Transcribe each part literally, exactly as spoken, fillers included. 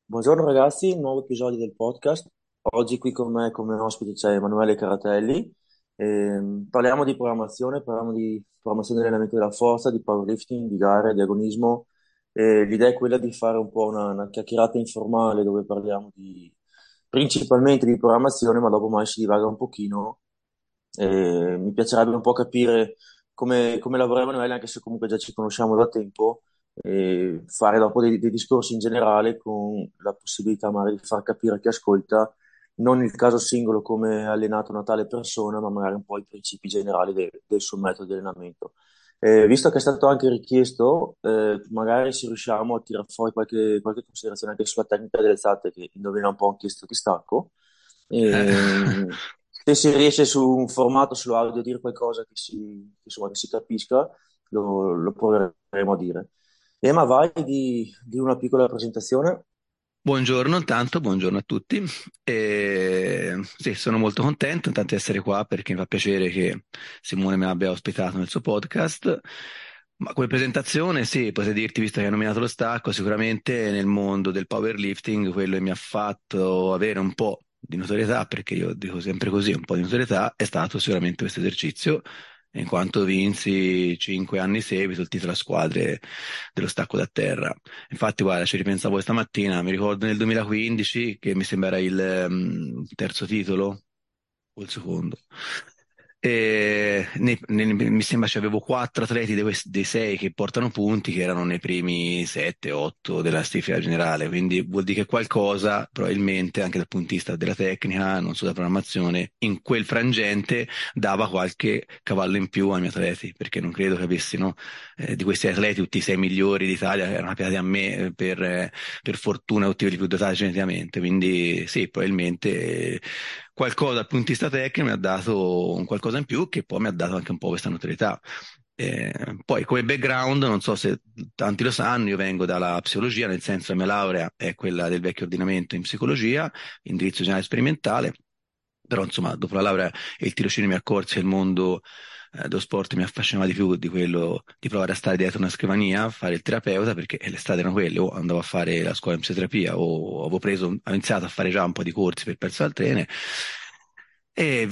Buongiorno ragazzi, nuovo episodio del podcast. Oggi qui con me come ospite c'è Emanuele Caratelli. Ehm, parliamo di programmazione, parliamo di programmazione di allenamento della forza, di powerlifting, di gare, di agonismo. E l'idea è quella di fare un po' una, una chiacchierata informale dove parliamo di, principalmente di programmazione, ma dopo mai si divaga un pochino. E mi piacerebbe un po' capire come, come lavora Emanuele, anche se comunque già ci conosciamo da tempo, e fare dopo dei, dei discorsi in generale con la possibilità magari di far capire a chi ascolta non il caso singolo come è allenato una tale persona, ma magari un po' i principi generali de- del suo metodo di allenamento. Eh, visto che è stato anche richiesto, eh, magari se riusciamo a tirare fuori qualche, qualche considerazione anche sulla tecnica delle alzate, che indovina un po' anche sto distacco. Eh, E, se si riesce su un formato sull'audio a dire qualcosa che si, che, insomma, che si capisca, lo, lo proveremo a dire. Ema, vai di, di una piccola presentazione. Buongiorno, intanto, buongiorno a tutti. E, sì, sono molto contento intanto di essere qua perché mi fa piacere che Simone mi abbia ospitato nel suo podcast. Ma come presentazione, sì, potrei dirti, visto che hai nominato lo stacco, sicuramente nel mondo del powerlifting quello che mi ha fatto avere un po' di notorietà, perché io dico sempre così, un po' di notorietà, è stato sicuramente questo esercizio, in quanto vinsi cinque anni di seguito il titolo a squadre dello stacco da terra. Infatti, guarda, ci ripensavo questa mattina, mi ricordo nel duemilaquindici, che mi sembra era il ehm, terzo titolo, o il secondo. E nei- nei- mi sembra che avevo quattro atleti dei, questi- dei sei che portano punti, che erano nei primi sette, otto della classifica generale, quindi vuol dire che qualcosa, probabilmente anche dal punto di vista della tecnica, non solo della programmazione, in quel frangente dava qualche cavallo in più ai miei atleti, perché non credo che avessero eh, di questi atleti, tutti i sei migliori d'Italia erano capitati a me eh, per, eh, per fortuna tutti quelli più dotati geneticamente, quindi sì, probabilmente eh, qualcosa dal punto di vista tecnico mi ha dato un qualcosa in più che poi mi ha dato anche un po' questa notorietà. Eh, poi come background, non so se tanti lo sanno, io vengo dalla psicologia, nel senso la mia laurea è quella del vecchio ordinamento in psicologia, indirizzo generale sperimentale, però insomma dopo la laurea e il tirocinio mi accorsi che il mondo eh, dello sport mi affascinava di più di quello di provare a stare dietro una scrivania, a fare il terapeuta, perché le strade erano quelle, o andavo a fare la scuola in psicoterapia o avevo preso, avevo iniziato a fare già un po' di corsi per personal trainer e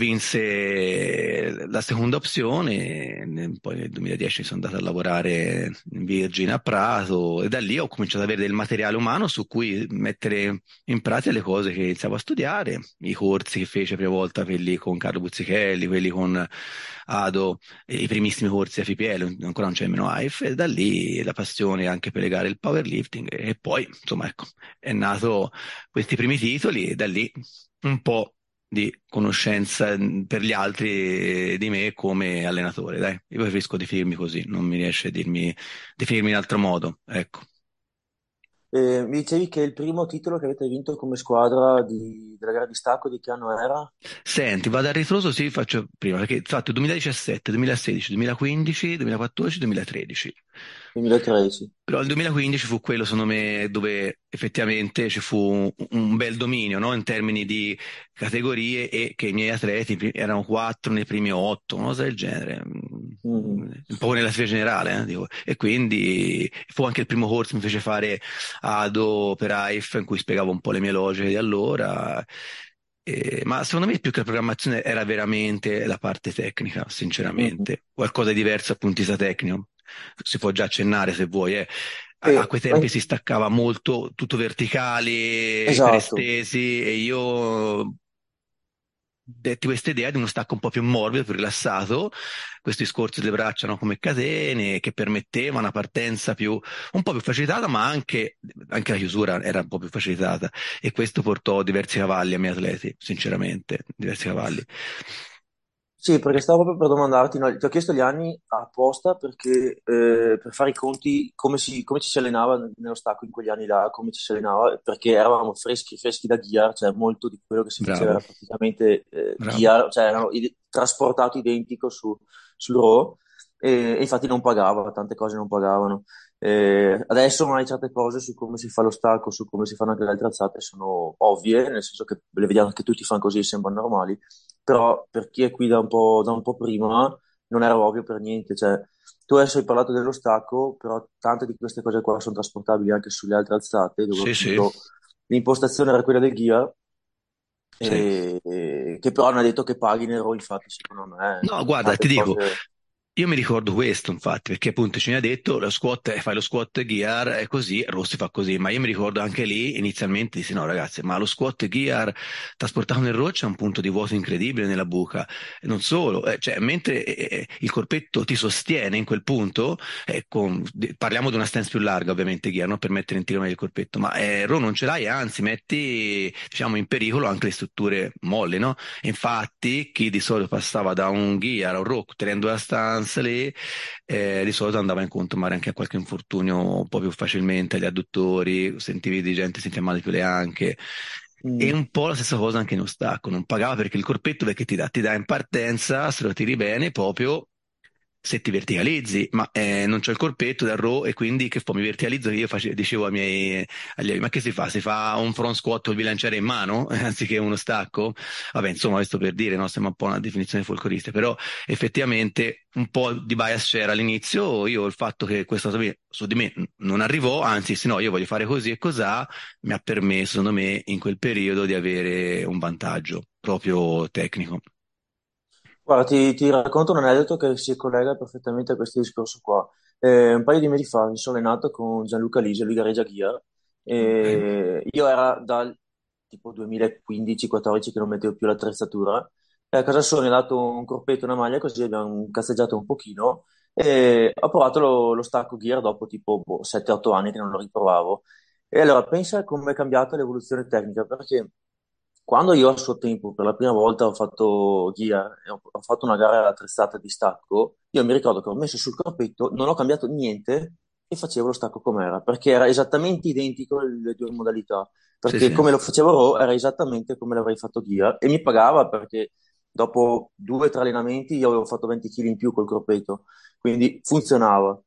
vinse la seconda opzione, ne- poi nel duemiladieci sono andato a lavorare in Virgin a Prato e da lì ho cominciato ad avere del materiale umano su cui mettere in pratica le cose che iniziavo a studiare, i corsi che fece la prima volta, quelli con Carlo Buzzichelli, quelli con Ado, e i primissimi corsi F P L, ancora non c'è nemmeno A I F, e da lì la passione anche per legare il powerlifting e poi, insomma, ecco, è nato questi primi titoli e da lì un po' di conoscenza mh, per gli altri eh, di me come allenatore, dai. Io preferisco definirmi così, non mi riesce a dirmi, definirmi in altro modo, ecco. Eh, mi dicevi che il primo titolo che avete vinto come squadra di- della gara di stacco di che anno era? Senti, vado a ritroso, sì, faccio prima, perché ho fatto duemiladiciassette, duemilasedici, duemilaquindici, duemilaquattordici, duemilatredici. duemilatredici. Però il duemilaquindici fu quello, secondo me, dove effettivamente ci fu un, un bel dominio, no? In termini di categorie e che i miei atleti pri- erano quattro nei primi otto, una cosa del genere. Mhm. Mm, un po' nella sfera generale, eh, dico. E quindi fu anche il primo corso che mi fece fare Ado per A I F, in cui spiegavo un po' le mie logiche di allora. Eh, ma secondo me più che la programmazione era veramente la parte tecnica, Mhm. sinceramente. Qualcosa di diverso dal punto di vista tecnico. Si può già accennare se vuoi, eh. A, a Sì, quei ma- tempi si staccava molto, tutto verticali, esatto. iperestesi e io detti questa idea di uno stacco un po' più morbido, più rilassato, questi discorsi delle braccia no, come catene che permetteva una partenza più, un po' più facilitata, ma anche, anche la chiusura era un po' più facilitata e questo portò diversi cavalli ai miei atleti, sinceramente, diversi cavalli. Sì, perché stavo proprio per domandarti, no, ti ho chiesto gli anni apposta perché eh, per fare i conti come, si- come ci si allenava nello stacco in quegli anni là, come ci si allenava, perché eravamo freschi, freschi da ghiar, cioè molto di quello che si faceva Bravo, era praticamente eh, bravo. ghiar, cioè erano ide- trasportato identico su, sul RAW e, e infatti non pagava, tante cose non pagavano. Eh, adesso ormai certe cose su come si fa lo stacco, su come si fanno anche le altre alzate sono ovvie, nel senso che le vediamo che tutti fanno così e sembrano normali, però per chi è qui da un po', da un po' prima non era ovvio per niente. Cioè, tu adesso hai parlato dello stacco, però tante di queste cose qua sono trasportabili anche sulle altre alzate, dove Sì, sì, appunto l'impostazione era quella del Gear, Sì. e, e- che però non ha detto che paghi nero, infatti secondo me No, guarda, ti tante dico, cose. io mi ricordo questo, infatti, perché appunto ci mi ha detto, lo squat, eh, fai lo squat gear, è così, Rossi fa così, ma io mi ricordo anche lì, inizialmente, dissi no ragazzi, ma lo squat gear trasportato nel roccia è un punto di vuoto incredibile nella buca, e non solo, eh, cioè, mentre eh, eh, il corpetto ti sostiene in quel punto, eh, con- di- parliamo di una stance più larga ovviamente gear, non per mettere in tiro meglio il corpetto, ma eh, Raw non ce l'hai, anzi metti, diciamo, in pericolo anche le strutture molli, no? Infatti, chi di solito passava da un gear a un rock tenendo la stanza lì, eh, di solito andava incontro magari anche a qualche infortunio un po' più facilmente agli adduttori, sentivi di gente si infiammava di più le anche. E Mm. un po' la stessa cosa anche in ostacolo, non pagava perché il corpetto perché ti dà, ti dà in partenza, se lo tiri bene, proprio se ti verticalizzi, ma eh, non c'ho il corpetto da row e quindi che poi mi verticalizzo io face- dicevo ai miei agli- ma che si fa? Si fa un front squat col bilanciere in mano anziché uno stacco? Vabbè, insomma, questo per dire, no? Sembra un po' una definizione folclorista, però effettivamente un po' di bias c'era all'inizio, io il fatto che questa cosa qui su di me non arrivò, anzi, se no, io voglio fare così e cos'ha, mi ha permesso, secondo me, in quel periodo di avere un vantaggio proprio tecnico. Guarda, ti, ti racconto un aneddoto che si collega perfettamente a questo discorso qua. Eh, un paio di mesi fa mi sono allenato con Gianluca Lisi, lui gareggia Gear, Ok. e io era dal tipo duemilaquindici-quattordici che non mettevo più l'attrezzatura, e a casa sua mi ha dato un corpetto e una maglia, così abbiamo cazzeggiato un pochino, e ho provato lo, lo stacco Gear dopo tipo boh, sette otto anni che non lo riprovavo. E allora pensa come è cambiata l'evoluzione tecnica, perché quando io a suo tempo per la prima volta ho fatto Gear e ho, ho fatto una gara attrezzata di stacco, io mi ricordo che ho messo sul corpetto, non ho cambiato niente e facevo lo stacco com'era, perché era esattamente identico le due modalità, Sì, perché sì. come lo facevo Raw era esattamente come l'avrei fatto Gear e mi pagava perché dopo due o tre allenamenti io avevo fatto venti chili in più col corpetto, quindi funzionava.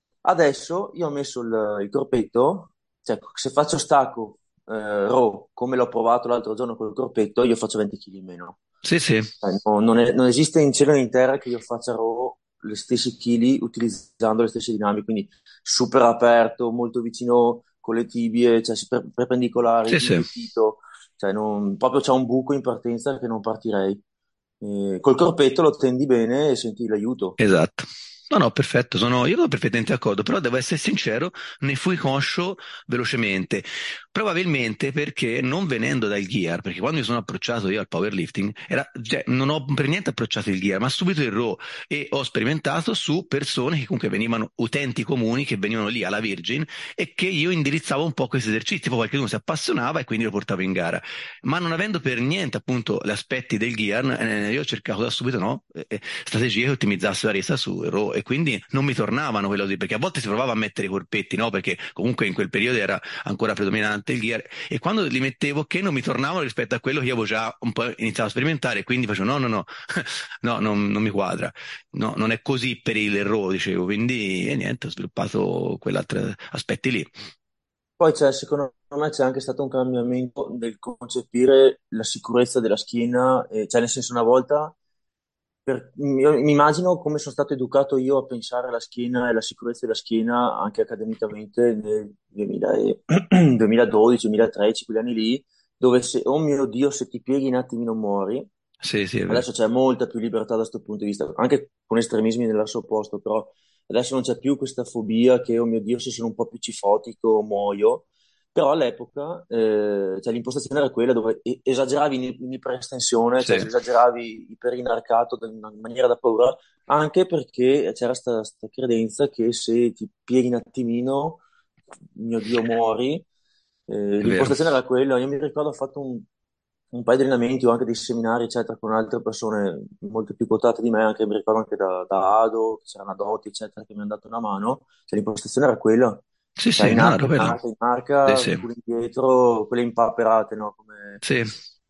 Adesso io ho messo il, il corpetto, cioè se faccio stacco eh, raw come l'ho provato l'altro giorno col corpetto, io faccio venti chili in meno. Sì, sì. Eh, no- non, è- non esiste in cielo e in terra che io faccia raw gli stessi chili utilizzando le stesse dinamiche, quindi super aperto, molto vicino con le tibie, cioè per- Sì, perpendicolari, sì. impettito, cioè non- proprio c'è un buco in partenza che non partirei. Eh, col corpetto lo tendi bene e senti l'aiuto. Esatto. No, no, perfetto, sono, io sono perfettamente d'accordo, però devo essere sincero, ne fui conscio velocemente, probabilmente perché non venendo dal gear, perché quando mi sono approcciato io al powerlifting, era, cioè, non ho per niente approcciato il gear, ma subito il raw e ho sperimentato su persone che comunque venivano utenti comuni, che venivano lì alla Virgin e che io indirizzavo un po' questi esercizi, poi qualcuno si appassionava e quindi lo portavo in gara, ma non avendo per niente appunto gli aspetti del gear, eh, io ho cercato da subito, no? Eh, strategie che ottimizzassero la resa su Raw e quindi non mi tornavano quello di perché a volte si provava a mettere i corpetti, no? Perché comunque in quel periodo era ancora predominante il gear e quando li mettevo che non mi tornavano rispetto a quello che io avevo già un po' iniziato a sperimentare e quindi facevo no no no no non, non mi quadra, no, non è così per il Raw dicevo, quindi e niente ho sviluppato quell'altro aspetti lì. Poi c'è, secondo me c'è anche stato un cambiamento nel concepire la sicurezza della schiena, eh, cioè nel senso una volta, per- io mi immagino come sono stato educato io a pensare alla schiena e alla sicurezza della schiena anche accademicamente nel duemila e- duemiladodici, duemilatredici, quegli anni lì, dove se, oh mio Dio, se ti pieghi un attimino muori. Sì, sì, è vero. Adesso c'è molta più libertà da questo punto di vista, anche con estremismi nell'altro opposto, però adesso non c'è più questa fobia che, oh mio Dio, se sono un po' più cifotico muoio. Però all'epoca eh, cioè, l'impostazione era quella dove e- esageravi in, in iperestensione, cioè Sì, esageravi iperinarcato in una maniera da paura, anche perché c'era questa credenza che se ti pieghi un attimino, mio Dio, muori. Eh, è vero. l'impostazione era quella. Io mi ricordo ho fatto un, un paio di allenamenti o anche dei seminari, eccetera, con altre persone molto più quotate di me, anche mi ricordo anche da, da Ado, che c'era Nadotti, eccetera, che mi hanno dato una mano. Cioè, l'impostazione era quella. Sì, Cioè, sì, in no, era arca, in quello. arca, in Sì, arca, sì. culo indietro, quelle impapperate, no? Come, Sì.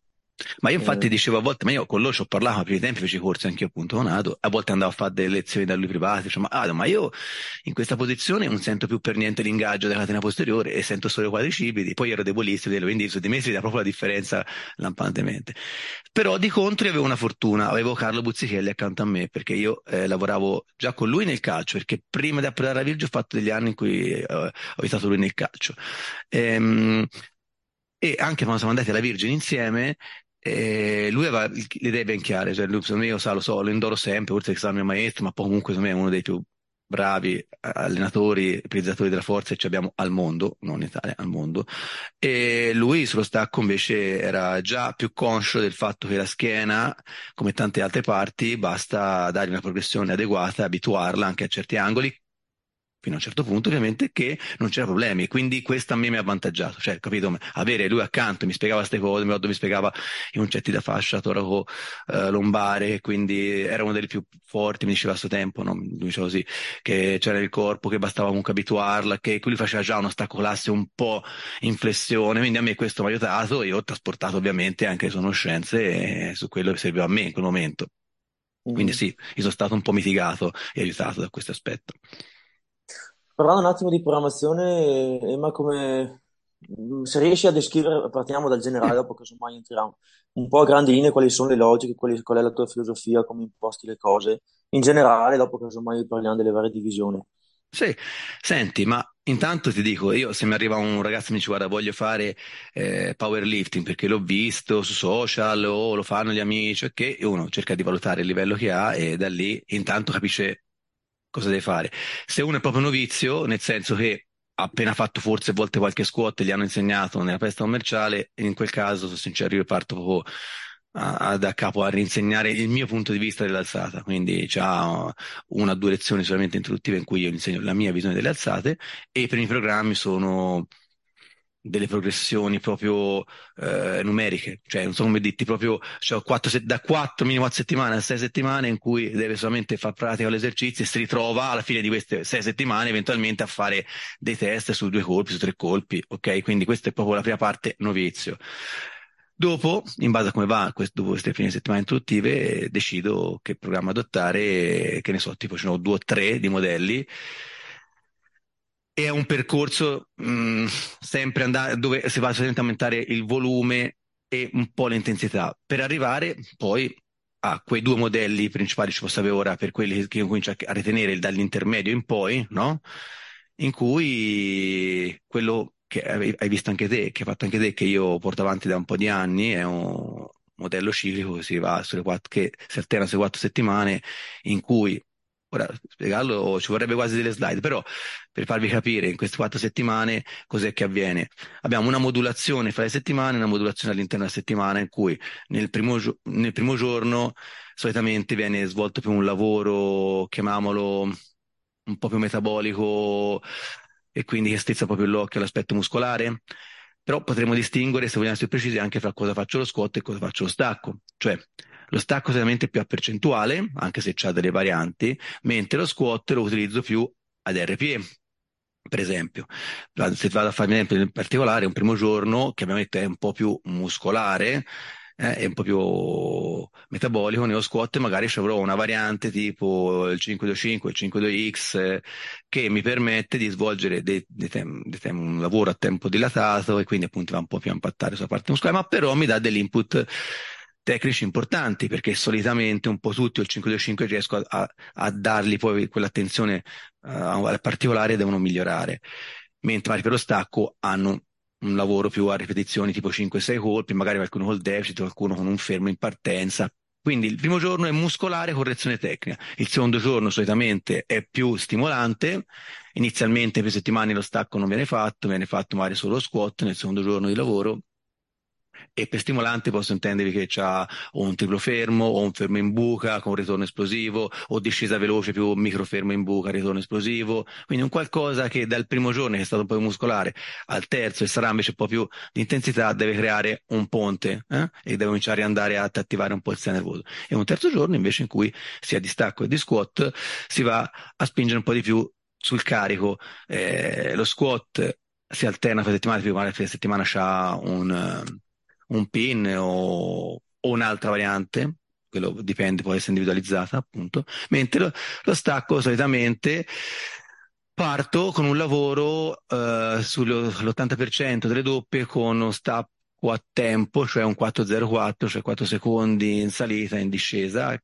Ma io eh, infatti dicevo a volte, ma io con lui ci ho parlato, ma più di tempo feci corsi anche io appunto con Ado, a volte andavo a fare delle lezioni da lui private, dicevo, ma Ado, ma io in questa posizione non sento più per niente l'ingaggio della catena posteriore e sento solo i quadricipiti, poi ero debolissimo, quindi su di me si vede proprio la differenza lampantemente. Però di contro io avevo una fortuna, avevo Carlo Buzzichelli accanto a me, perché io eh, lavoravo già con lui nel calcio, perché prima di approdare alla Virgio ho fatto degli anni in cui eh, ho aiutato lui nel calcio. Ehm, e anche quando siamo andati alla Virgin insieme, eh, lui aveva il- le idee ben chiare, cioè lui secondo me io sa, lo so, lo indoro sempre, oltre che sarà il mio maestro, ma poi comunque secondo me è uno dei più bravi eh, allenatori, utilizzatori della forza che ci abbiamo al mondo, non in Italia, al mondo. E lui sullo stacco invece era già più conscio del fatto che la schiena, come tante altre parti, basta dargli una progressione adeguata, abituarla anche a certi angoli, fino a un certo punto ovviamente, che non c'era problemi, quindi questo a me mi ha avvantaggiato, cioè capito, avere lui accanto mi spiegava queste cose, mi ricordo mi spiegava i concetti da fascia toraco eh, lombare, quindi era uno dei più forti, mi diceva a suo tempo, no? Lui diceva così, che c'era il corpo, che bastava comunque abituarla, che lui faceva già uno stacco classe un po' in flessione, quindi a me questo mi ha aiutato e io ho trasportato ovviamente anche le sue conoscenze eh, su quello che serviva a me in quel momento. Quindi Mhm. sì, io sono stato un po' mitigato e aiutato da questo aspetto. Parlando un attimo di programmazione, eh, Emma, come mm, se riesci a descrivere, partiamo dal generale, Sì. dopo casomai entriamo un po' a grandi linee, quali sono le logiche, quali- qual è la tua filosofia, come imposti le cose, in generale, dopo casomai parliamo delle varie divisioni. Sì, senti, ma intanto ti dico, io se mi arriva un ragazzo e mi dice guarda voglio fare eh, powerlifting perché l'ho visto su social o lo fanno gli amici, ok, e uno cerca di valutare il livello che ha e da lì intanto capisce cosa deve fare. Se uno è proprio novizio, nel senso che ha appena fatto forse a volte qualche squat e gli hanno insegnato nella palestra commerciale, in quel caso, sono sincero, io parto proprio a- a- da capo a rinsegnare il mio punto di vista dell'alzata, quindi c'ha una o due lezioni solamente introduttive in cui io insegno la mia visione delle alzate e i primi programmi sono delle progressioni proprio eh, numeriche, cioè non so come dirti, proprio cioè, quattro se- da quattro minimo a settimane a sei settimane in cui deve solamente fare pratica all'esercizio e si ritrova alla fine di queste sei settimane eventualmente a fare dei test su due colpi, su tre colpi, ok? Quindi questa è proprio la prima parte novizio. Dopo, in base a come va, quest- dopo queste prime settimane introduttive, eh, decido che programma adottare, che ne so, tipo ce ne ho due o tre di modelli. È un percorso mh, sempre andare, dove si va solamente a aumentare il volume e un po' l'intensità, per arrivare poi a quei due modelli principali ci fosse avere ora, per quelli che io comincio a, a ritenere dall'intermedio in poi, no? In cui quello che hai hai visto anche te, che hai fatto anche te, che io porto avanti da un po' di anni, è un modello ciclico che si va sulle quattro, che si alterna sulle quattro settimane, in cui, ora spiegarlo ci vorrebbe quasi delle slide, però per farvi capire in queste quattro settimane cos'è che avviene. Abbiamo una modulazione fra le settimane, una modulazione all'interno della settimana in cui nel primo, gio- nel primo giorno solitamente viene svolto più un lavoro, chiamiamolo un po' più metabolico e quindi che strizza proprio l'occhio all'aspetto muscolare. Però potremmo distinguere, se vogliamo essere precisi, anche fra cosa faccio lo squat e cosa faccio lo stacco. Cioè, lo stacco solitamente è più a percentuale, anche se c'ha delle varianti, mentre lo squat lo utilizzo più ad R P E. Per esempio, se vado a fare un esempio in particolare, un primo giorno che ovviamente è un po' più muscolare, eh, è un po' più metabolico, nello squat magari ci avrò una variante tipo il cinque due cinque, il cinque due X, eh, che mi permette di svolgere dei- dei tem- dei tem- un lavoro a tempo dilatato e quindi appunto va un po' più a impattare sulla parte muscolare, ma però mi dà degli input tecnici importanti perché solitamente un po' tutti il cinque due cinque riesco a, a- a dargli poi quell'attenzione eh, al particolare, devono migliorare, mentre magari per lo stacco hanno un lavoro più a ripetizioni tipo cinque sei colpi, magari qualcuno col deficit, qualcuno con un fermo in partenza. Quindi il primo giorno è muscolare, correzione tecnica. Il secondo giorno solitamente è più stimolante. Inizialmente per settimane lo stacco non viene fatto, viene fatto magari solo lo squat nel secondo giorno di lavoro e per stimolante posso intendervi che c'ha o un triplo fermo o un fermo in buca con ritorno esplosivo o discesa veloce più microfermo in buca, ritorno esplosivo. Quindi un qualcosa che dal primo giorno che è stato un po' muscolare al terzo e sarà invece un po' più di intensità deve creare un ponte eh? E deve cominciare ad andare a attivare un po' il sistema nervoso. E un terzo giorno invece in cui sia di stacco e di squat si va a spingere un po' di più sul carico. Eh, lo squat si alterna per settimane, più magari per settimana c'ha un, eh, un pin o, o un'altra variante, quello dipende, può essere individualizzata appunto, mentre lo, lo stacco solitamente parto con un lavoro eh, sull'ottanta per cento delle doppie con uno stacco a tempo, cioè un quattro zero quattro, cioè quattro secondi in salita, in discesa.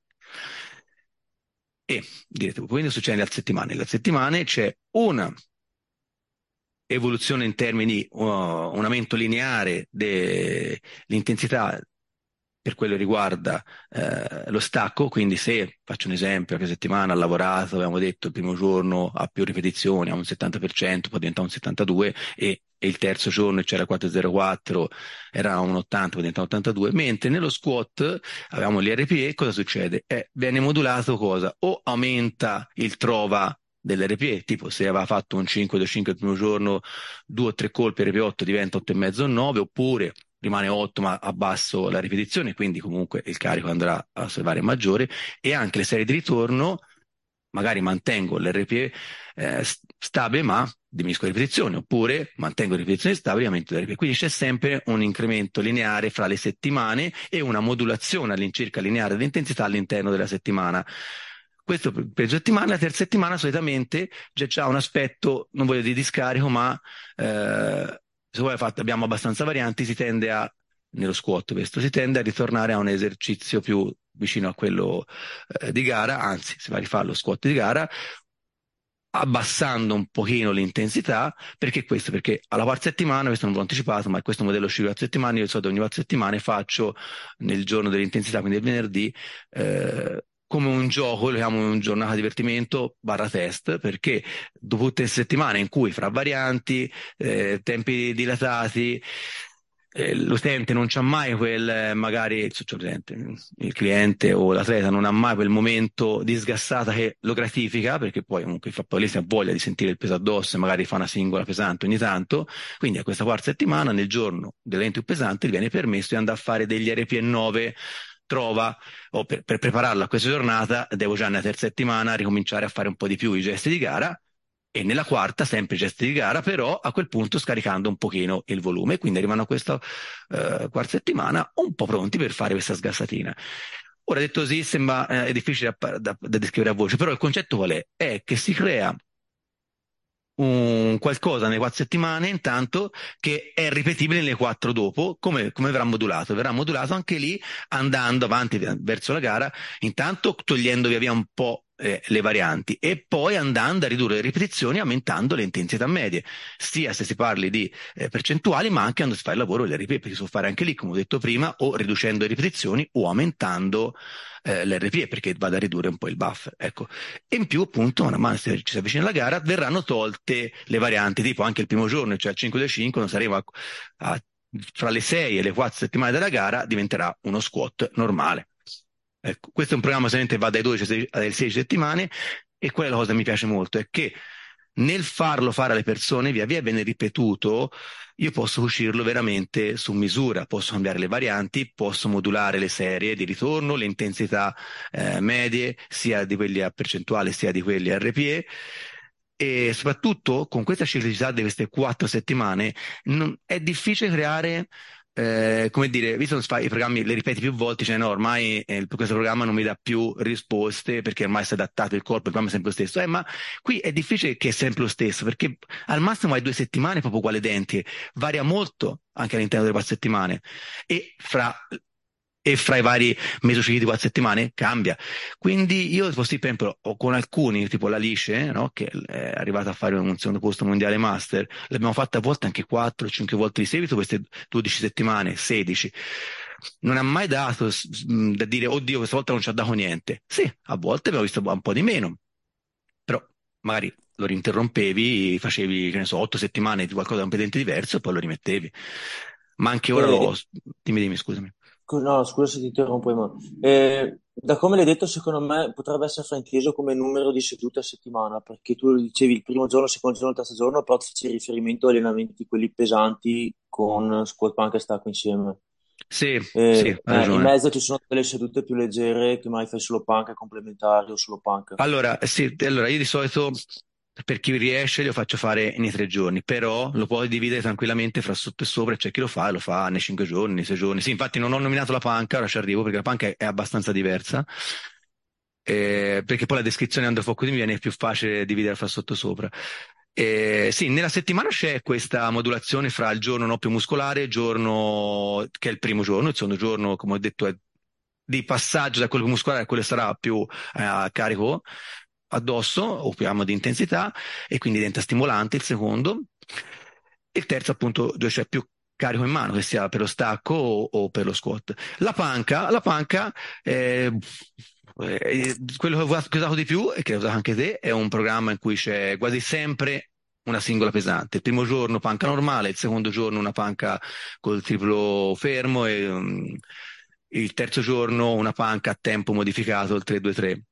E direte, quindi succede nelle settimane. Nelle settimane c'è una evoluzione in termini di uh, un aumento lineare dell'intensità per quello che riguarda eh, lo stacco, quindi se, faccio un esempio, che settimana ha lavorato, abbiamo detto il primo giorno a più ripetizioni, a un settanta per cento, poi diventa un settantadue e, e il terzo giorno c'era quattro zero quattro, era un ottanta, poi diventa un ottantadue, mentre nello squat avevamo l'I R P E, cosa succede? Eh, viene modulato cosa? O aumenta il trova dell'R P E, tipo se aveva fatto un cinque due cinque il primo giorno, due o tre colpi R P otto diventa otto e mezzo o nove, oppure rimane otto ma abbasso la ripetizione, quindi comunque il carico andrà a salvare maggiore, e anche le serie di ritorno magari mantengo l'R P E eh, stabile ma diminuisco le ripetizioni, oppure mantengo le ripetizioni stabili e aumento l'R P E. Quindi c'è sempre un incremento lineare fra le settimane e una modulazione all'incirca lineare dell'intensità all'interno della settimana. Questo per per settimana. La terza settimana solitamente già c'è un aspetto, non voglio dire di scarico, ma eh, se voi fate, abbiamo abbastanza varianti, si tende a, nello squat questo, si tende a ritornare a un esercizio più vicino a quello eh, di gara, anzi si va a rifare lo squat di gara, abbassando un pochino l'intensità. Perché questo? Perché alla quarta settimana, questo non ve l'ho anticipato, ma questo modello uscito quattro settimane, io di solito ogni quattro settimane faccio nel giorno dell'intensità, quindi il venerdì, eh, come un gioco, lo chiamo un giornata di divertimento barra test, perché dopo tutte le settimane in cui fra varianti, eh, tempi dilatati, eh, l'utente non c'ha mai quel, eh, magari cioè, l'utente, il cliente o l'atleta non ha mai quel momento di sgassata che lo gratifica, perché poi comunque fa poi lì si ha voglia di sentire il peso addosso e magari fa una singola pesante ogni tanto. Quindi a questa quarta settimana, nel giorno dell'evento più pesante, gli viene permesso di andare a fare degli R P E nove trova, o per, per prepararlo a questa giornata, devo già nella terza settimana ricominciare a fare un po' di più i gesti di gara, e nella quarta sempre i gesti di gara, però a quel punto scaricando un pochino il volume. Quindi arrivano a questa eh, quarta settimana un po' pronti per fare questa sgassatina. Ora, detto così, sembra eh, è difficile da, da, da descrivere a voce, però il concetto qual è? È che si crea un qualcosa nelle quattro settimane intanto che è ripetibile nelle quattro dopo. Come, come verrà modulato? Verrà modulato anche lì andando avanti verso la gara, intanto togliendo via via un po' eh, le varianti, e poi andando a ridurre le ripetizioni aumentando le intensità medie, sia se si parli di eh, percentuali, ma anche quando si fa il lavoro delle ripetizioni, perché si può fare anche lì, come ho detto prima, o riducendo le ripetizioni o aumentando eh, l'R P E, perché vado a ridurre un po' il buffer, ecco. E in più, appunto, man mano che ci si avvicina alla gara, verranno tolte le varianti, tipo anche il primo giorno, cioè al cinque due cinque, non saremo a, a, fra le sei e le quattro settimane della gara, diventerà uno squat normale. Ecco, questo è un programma solamente che va dai dodici alle sedici settimane, e quella è la cosa che mi piace molto, è che nel farlo fare alle persone, via via viene ripetuto, io posso uscirlo veramente su misura, posso cambiare le varianti, posso modulare le serie di ritorno, le intensità eh, medie, sia di quelli a percentuale sia di quelli a R P E, e soprattutto con questa ciclicità di queste quattro settimane non, è difficile creare, eh, come dire, visto che fai i programmi, le ripeti più volte, cioè no, ormai eh, questo programma non mi dà più risposte perché ormai si è adattato il corpo, il programma è sempre lo stesso. Eh, ma qui è difficile che è sempre lo stesso, perché al massimo hai due settimane proprio uguali identiche, varia molto anche all'interno delle quattro settimane, e fra, e fra i vari mesocicli di quattro settimane cambia. Quindi io fossi per esempio o con alcuni, tipo la Lice, no, che è arrivata a fare un secondo posto mondiale master, l'abbiamo fatta a volte anche quattro cinque volte di seguito, queste dodici settimane, sedici. Non ha mai dato mh, da dire, oddio, questa volta non ci ha dato niente. Sì, a volte abbiamo visto un po' di meno, però magari lo rinterrompevi, facevi, che ne so, otto settimane di qualcosa completamente diverso e poi lo rimettevi. Ma anche ora E, lo... Dimmi, dimmi, scusami. scu- no, scusa se ti interrompo, ma eh, da come l'hai detto, secondo me potrebbe essere frainteso come numero di sedute a settimana, perché tu dicevi il primo giorno, il secondo giorno, il terzo giorno, però facevi riferimento agli allenamenti, quelli pesanti con squat, panca e stacco insieme. Sì, sì, E, hai eh, in ragione. mezzo ci sono delle sedute più leggere che mai fai solo panca complementari o solo panca. Allora, sì, allora io di solito per chi riesce lo faccio fare nei tre giorni, però lo puoi dividere tranquillamente fra sotto e sopra, e c'è chi lo fa e lo fa nei cinque giorni, nei sei giorni. Sì, infatti non ho nominato la panca, ora ci arrivo perché la panca è, è abbastanza diversa, eh, perché poi la descrizione under focus mi viene più facile dividere fra sotto e sopra. Eh, sì, nella settimana c'è questa modulazione fra il giorno no più muscolare, il giorno che è il primo giorno, il secondo giorno, come ho detto, è di passaggio da quello muscolare a quello che sarà più eh, a carico addosso, o più amo di intensità, e quindi diventa stimolante il secondo. il terzo appunto dove c'è più carico in mano, che sia per lo stacco o, o per lo squat. La panca, la panca eh, eh, quello che ho usato che ho usato di più e che hai usato anche te è un programma in cui c'è quasi sempre una singola pesante. Il primo giorno panca normale, il secondo giorno una panca col triplo fermo e um, il terzo giorno una panca a tempo modificato, il tre due tre.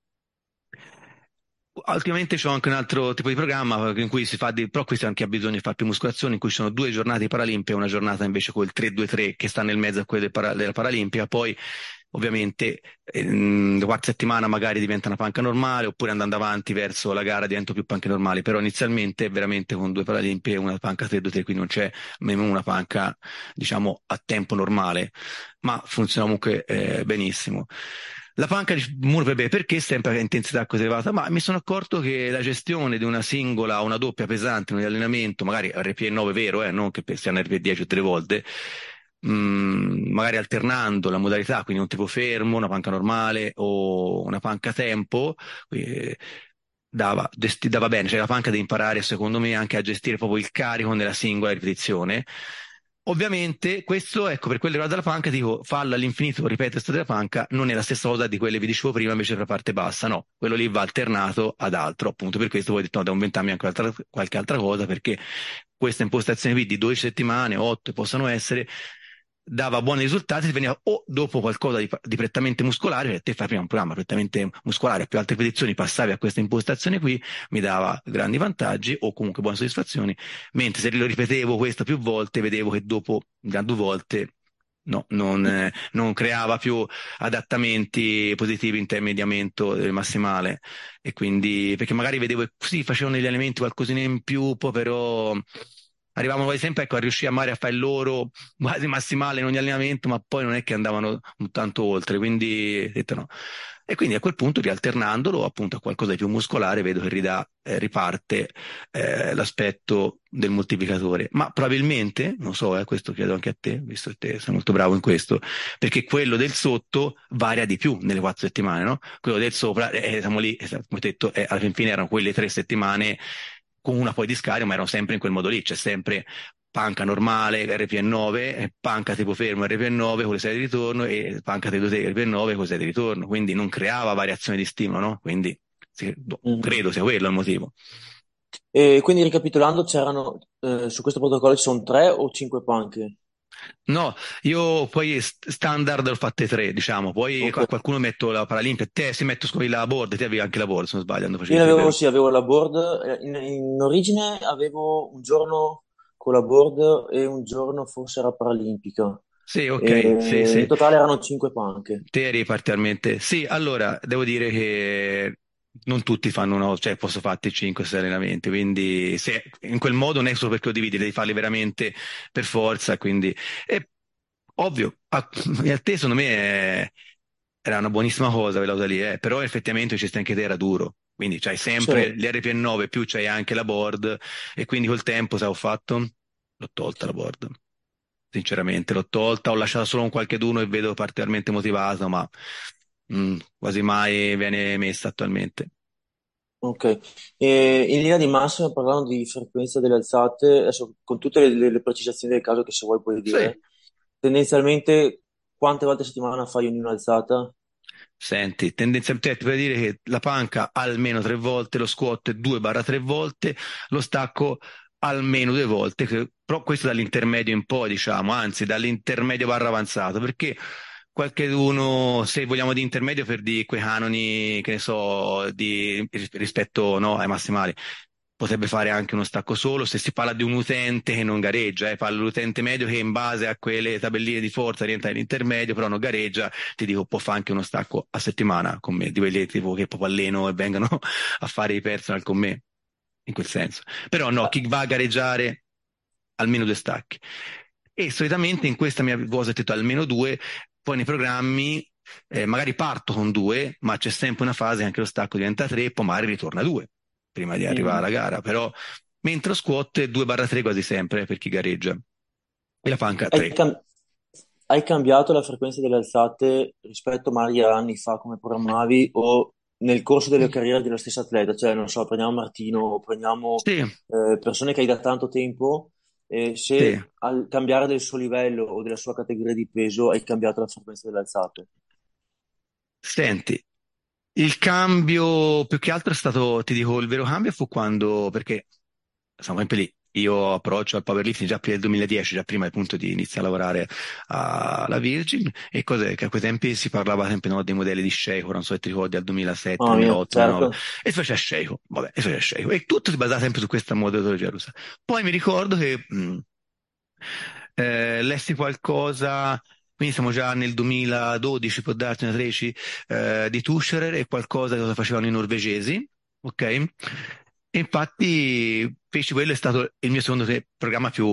Ultimamente c'ho anche un altro tipo di programma in cui si fa, di, però questo anche ha bisogno di fare più muscolazione, in cui ci sono due giornate paralimpiche e una giornata invece col tre due tre che sta nel mezzo a quelle del para- della Paralimpica. Poi ovviamente ehm, la quarta settimana magari diventa una panca normale, oppure andando avanti verso la gara diventa più panche normali, però inizialmente veramente con due Paralimpiche e una panca tre due tre, quindi non c'è nemmeno una panca diciamo a tempo normale, ma funziona comunque eh, benissimo. La panca di muro per bene, perché sempre a intensità così elevata? Ma mi sono accorto che la gestione di una singola o una doppia pesante in un allenamento, magari R P E nove vero, eh, non che siano R P E dieci o tre volte, mh, magari alternando la modalità, quindi un tipo fermo, una panca normale o una panca a tempo, eh, dava, gesti- dava bene, cioè la panca devi imparare secondo me anche a gestire proprio il carico nella singola ripetizione. Ovviamente questo, ecco, per quello che riguarda la panca, dico, fallo all'infinito, ripeto, questa della panca, non è la stessa cosa di quelle che vi dicevo prima, invece per la parte bassa, no, quello lì va alternato ad altro, appunto per questo poi ho detto, no, devo inventarmi anche altra- qualche altra cosa, perché questa impostazione qui di dodici settimane, otto possano essere, dava buoni risultati se veniva o dopo qualcosa di, di prettamente muscolare, perché te fai prima un programma prettamente muscolare, a più alte ripetizioni passavi a questa impostazione qui, mi dava grandi vantaggi o comunque buone soddisfazioni, mentre se lo ripetevo questo più volte, vedevo che dopo da due volte no, non, eh, non creava più adattamenti positivi in termini di aumento del massimale e quindi perché magari vedevo che sì, facevano degli elementi qualcosina in più, poi però arrivavano quasi sempre ecco, a riuscire a magari a fare il loro quasi massimale in ogni allenamento, ma poi non è che andavano tanto oltre, quindi ho detto no. E quindi a quel punto, rialternandolo appunto a qualcosa di più muscolare, vedo che ridà, eh, riparte eh, l'aspetto del moltiplicatore. Ma probabilmente, non so, eh, questo chiedo anche a te, visto che te sei molto bravo in questo, perché quello del sotto varia di più nelle quattro settimane, no? Quello del sopra, eh, siamo lì, eh, come ho detto, eh, alla fin fine erano quelle tre settimane con una poi di scarico, ma erano sempre in quel modo lì, c'è sempre panca normale, R P E nove, e panca tipo fermo R P E nove con le serie di ritorno e panca tipo R P E nove con le serie di ritorno, quindi non creava variazione di stimolo, no? Quindi sì, no, Mhm. credo sia quello il motivo. E quindi ricapitolando, c'erano eh, su questo protocollo ci sono tre o cinque panche? No, io poi st- standard l'ho fatte tre, diciamo, poi Ok. a qualcuno metto la Paralimpia, te si metto scusi la board, te avevi anche la board se non sbaglio, quando Io facevi ne te, avevo, vero? sì, avevo la board. eh, In, in origine avevo un giorno con la board e un giorno forse era paralimpica. Sì, ok, sì, E in sì. totale erano cinque panche. Te eri particolarmente... Sì, allora, devo dire che non tutti fanno uno, cioè posso farti cinque sei allenamenti, quindi se in quel modo non è solo perché lo dividi, devi farli veramente per forza, quindi... E, ovvio, a, a te secondo me è- era una buonissima cosa quella cosa lì, eh, però effettivamente ci stai anche te era duro, quindi c'hai Sì. sempre l'R P N nove più c'hai anche la board e quindi col tempo, sai, ho fatto? L'ho tolta la board. Sinceramente, l'ho tolta, ho lasciato solo un qualche d'uno e vedo particolarmente motivato, ma mm, quasi mai viene messa attualmente. Ok. E in linea di massima, parlando di frequenza delle alzate, adesso con tutte le, le- le precisazioni del caso che se vuoi puoi Sì, dire, tendenzialmente quante volte a settimana fai ogni alzata? senti, tendenzialmente ti puoi dire che la panca almeno tre volte, lo squat due tre volte, lo stacco almeno due volte, che- però questo dall'intermedio in poi, diciamo, anzi dall'intermedio barra avanzato, perché qualcheduno, se vogliamo di intermedio per di quei canoni, che ne so, di, rispetto no, ai massimali, potrebbe fare anche uno stacco solo, se si parla di un utente che non gareggia, eh, parla dell'utente medio che in base a quelle tabelline di forza rientra nell'intermedio, però non gareggia, ti dico, può fare anche uno stacco a settimana con me, di quelli tipo che proprio alleno e vengono a fare i personal con me, in quel senso. Però no, chi va a gareggiare almeno due stacchi. E solitamente in questa mia cosa ho detto almeno due, poi nei programmi eh, magari parto con due, ma c'è sempre una fase che anche lo stacco diventa tre, poi magari ritorna a due prima di arrivare alla Mhm. gara, però mentre lo squat due tre quasi sempre eh, per chi gareggia e la panca Hai, tre. cam- hai cambiato la frequenza delle alzate rispetto magari a anni fa come programmavi o nel corso delle carriere dello stesso atleta? Cioè, non so, prendiamo Martino o prendiamo Sì, eh, persone che hai da tanto tempo. E Sì. se al cambiare del suo livello o della sua categoria di peso hai cambiato la frequenza delle alzate. Senti, il cambio più che altro è stato, ti dico, il vero cambio fu quando, perché siamo sempre lì, io approccio al powerlifting già prima del duemiladieci, già prima appunto di iniziare a lavorare alla Virgin, e cos'è che a quei tempi si parlava sempre, no, dei modelli di Sheiko, non so se ti ricordi, al duemilasette, Mamma mia, duemilaotto, duemilanove, certo. e si faceva Sheiko, vabbè, e si faceva Sheiko, e tutto si basava sempre su questa metodologia russa. Poi mi ricordo che mh, eh, lessi qualcosa, quindi siamo già nel duemiladodici, può darsi, duemilatredici, eh, di Tuscherer, e qualcosa che cosa facevano i norvegesi, ok? E infatti feci quello, è stato il mio secondo te- programma più,